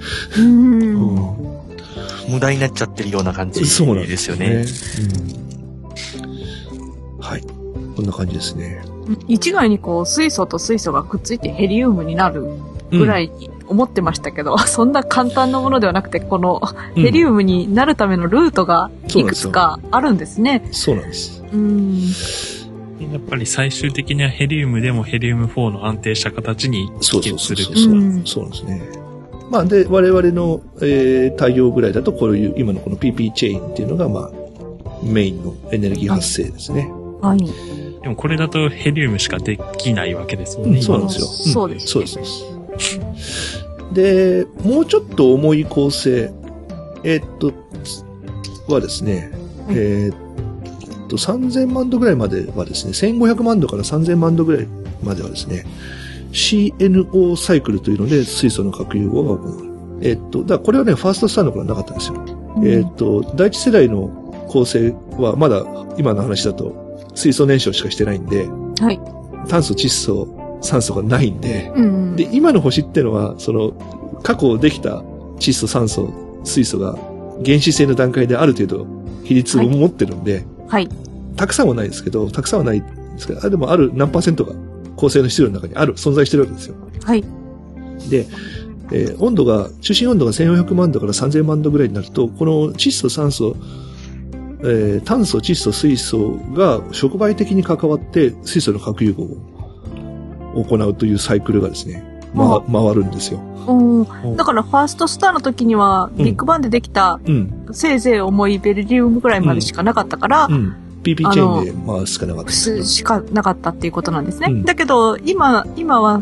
無駄になっちゃってるような感じですよね。そうなんですね。 はい。こんな感じですね。 一概に水素と水素がくっついてヘリウムになるぐらいに思ってましたけど、そんな簡単なものではなくて、このヘリウムになるためのルートがいくつかあるんですね。 そうなんです。 やっぱり最終的にはヘリウムでもヘリウム4の安定した形に帰結する。 そうなんですね。で、我々の、太陽ぐらいだと、こういう、今のこの PP チェインっていうのが、メインのエネルギー発生ですね。 でもこれだとヘリウムしかできないわけですもんね。 そうなんですよ。 そうです。 そうです。で、もうちょっと重い構成、はですね、3000万度ぐらいまではですね、1500万度から3000万度ぐらいまではですね、CNO サイクルというので水素の核融合が行われる。だからこれはね、ファーストスターの頃はなかったんですよ。第一世代の構成はまだ今の話だと水素燃焼しかしてないんで、炭素、窒素、酸素がないんで、で、今の星ってのは、過去できた窒素、酸素、水素が原子性の段階である程度比率を持ってるんで、たくさんはないですけど、でもある何%が構成の質量の中に存在してるわけですよ。で、中心温度が1400万度から3000万度ぐらいになると、この窒素、酸素、炭素、窒素、水素が触媒的に関わって水素の核融合を行うというサイクルがですね、回るんですよ。 だからファーストスターの時には、ビッグバンでできた、せいぜい重いベルリウムぐらいまでしかなかったから、 PP チェーンでしかなかった。 しかなかったっていうことなんですね。だけど、今は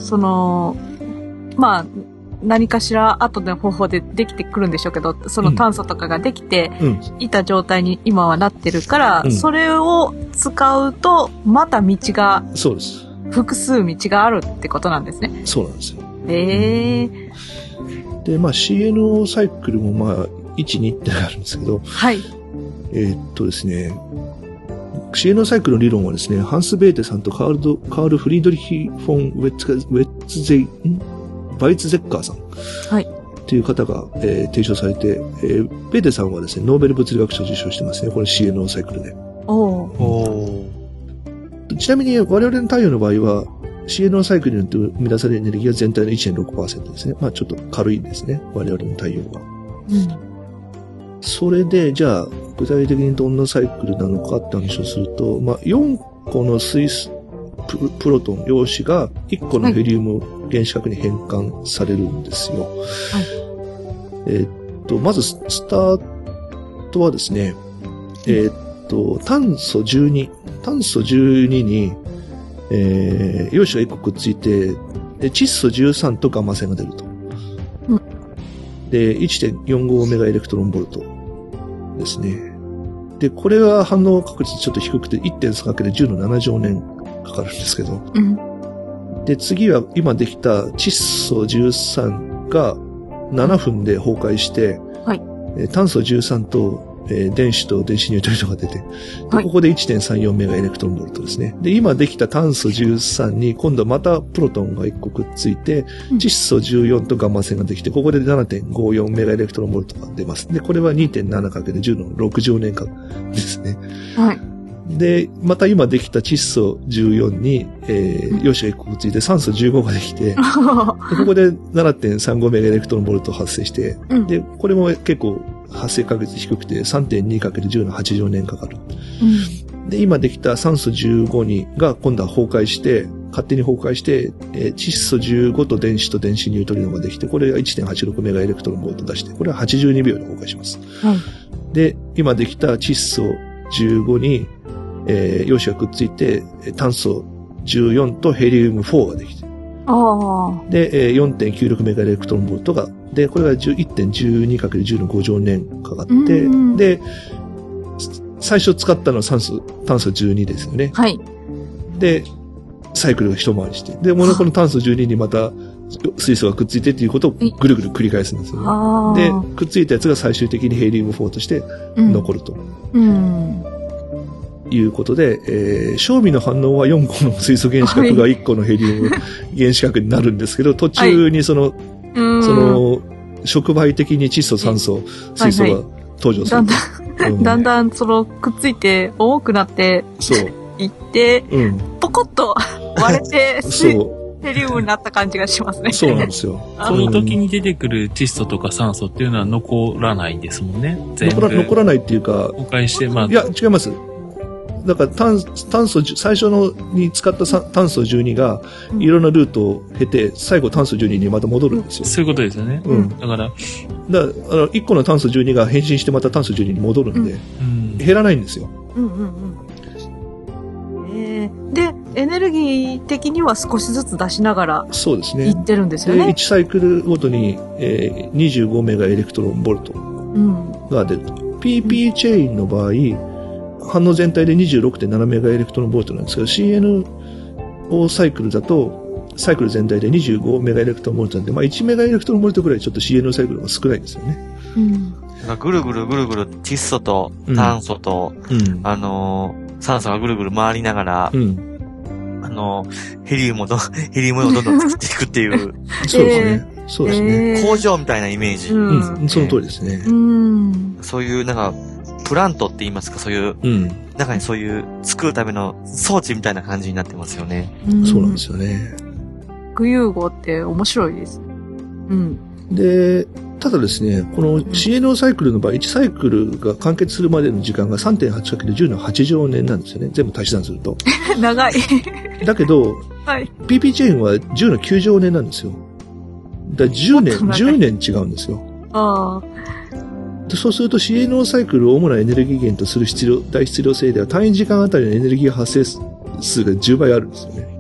何かしら後の方法でできてくるんでしょうけど、その炭素とかができていた状態に今はなってるから、それを使うと、また道が、 そうです。 複数道があるってことなんですね。 そうなんですよ。 で、 CNO サイクルも1、2ってあるんですけど、ですね、CNO サイクルの理論はですね、ハンス・ベーテさんとカール・フリードリヒ・フォン・バイツゼッカーさん。という方が、提唱されて、ベーテさんはですね、ノーベル物理学賞を受賞してますね。これ CNO サイクルで。ちなみに我々の太陽の場合は、CNO サイクルによって生み出されるエネルギーは全体の 1.6% ですね。ちょっと軽いですね。我々の太陽は。それで、じゃあ、具体的にどんなサイクルなのかって話をすると、4個のプロトン、陽子が1個のヘリウム原子核に変換されるんですよ。まず、スタートはですね、炭素12に、陽子が1個くっついて、窒素13とガンマ線が出ると。で、1.45 オメガエレクトロンボルトですね。で、これは反応確率ちょっと低くて 1.3×10 の7乗年かかるんですけど。 で、次は今できた窒素13が7分で崩壊して、はい、炭素13と、電子と電子ニュートリノが出て、でここで 1.34 メガエレクトロンボルトですね。で、今できた炭素13に今度またプロトンが1個くっついて、窒素14とガンマ線ができて、ここで 7.54 メガエレクトロンボルトが出ます。で、これは 2.7×10 の6乗年間ですね。はい。で、また今できた窒素14に、陽子が1個くっついて酸素15ができて、でここで 7.35 メガエレクトロンボルト発生して、で、これも結構発生確率低くて 3.2×10 の8乗年かかる。で、今できた酸素15が今度は崩壊して、勝手に崩壊して、窒素15と電子と電子ニュートリノができて、これが 1.86 メガエレクトロンボルト出して、これは82秒で崩壊します。で、今できた窒素15に、陽子がくっついて、炭素14とヘリウム4ができて。で、4.96 メガエレクトロンボルトが、で、これが 1.12×10 の5乗年かかって、で、最初使ったのは炭素12ですよね。はい。で、サイクルが一回りして、で、この炭素12にまた水素がくっついてっていうことをぐるぐる繰り返すんですよね。で、くっついたやつが最終的にヘリウム4として残ると。いうことで、正味の反応は4個の水素原子核が1個のヘリウム原子核になるんですけど、途中に触媒的に窒素、酸素、水素が登場する。 だんだんくっついて重くなって、いって、ポコッと割れて、ヘリウムになった感じがしますね。 そうなんですよ。 その時に出てくる窒素とか酸素っていうのは残らないですもんね。 残らないっていうか、 崩壊して、 いや、違います。だから炭素、最初に使った炭素12が、いろんなルートを経て、最後炭素12にまた戻るんですよ。 そういうことですよね。だから、 1個の炭素12が変身してまた炭素12に戻るんで、減らないんですよ。 で、エネルギー的には少しずつ出しながら、そうですね。いってるんですよね。 1サイクルごとに、25メガエレクトロンボルトが出ると。PP チェインの場合、反応全体で 26.7 メガエレクトロンボルトなんですけど、CNO サイクルだと、サイクル全体で25メガエレクトロンボルトなんで、1メガエレクトロンボルトぐらいちょっと CNO サイクルが少ないんですよね。 ぐるぐるぐるぐる窒素と炭素と、酸素がぐるぐる回りながら、ヘリウムをどんどん作っていくっていう。 そうですね。そうですね。 工場みたいなイメージ。 その通りですね。 そういうプラントって言いますか、そういう、中にそういう作るための装置みたいな感じになってますよね。 そうなんですよね。 核融合って面白いです。 で、ただですね、この CNO サイクルの場合、1サイクルが完結するまでの時間が 3.8×10 の8乗年なんですよね。全部足し算すると。 長い。 だけど、PP チェーンは10の9乗年なんですよ。だから10年違うんですよ。そうすると CNO サイクルを主なエネルギー源とする大質量性では単位時間あたりのエネルギー発生数が10倍あるんですよね。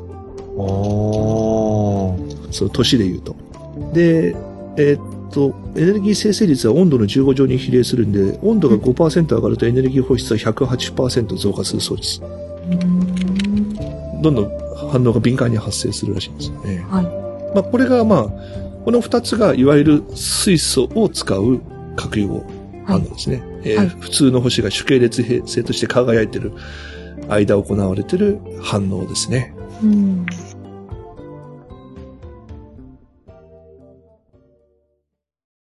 そう、年で言うと。で、エネルギー生成率は温度の15乗に比例するんで、温度が 5% 上がるとエネルギー放出は 108% 増加する装置です。どんどん反応が敏感に発生するらしいんですよね。これがこの2つがいわゆる水素を使う核融合反応ですね。普通の星が主系列星として輝いている間行われている反応ですね。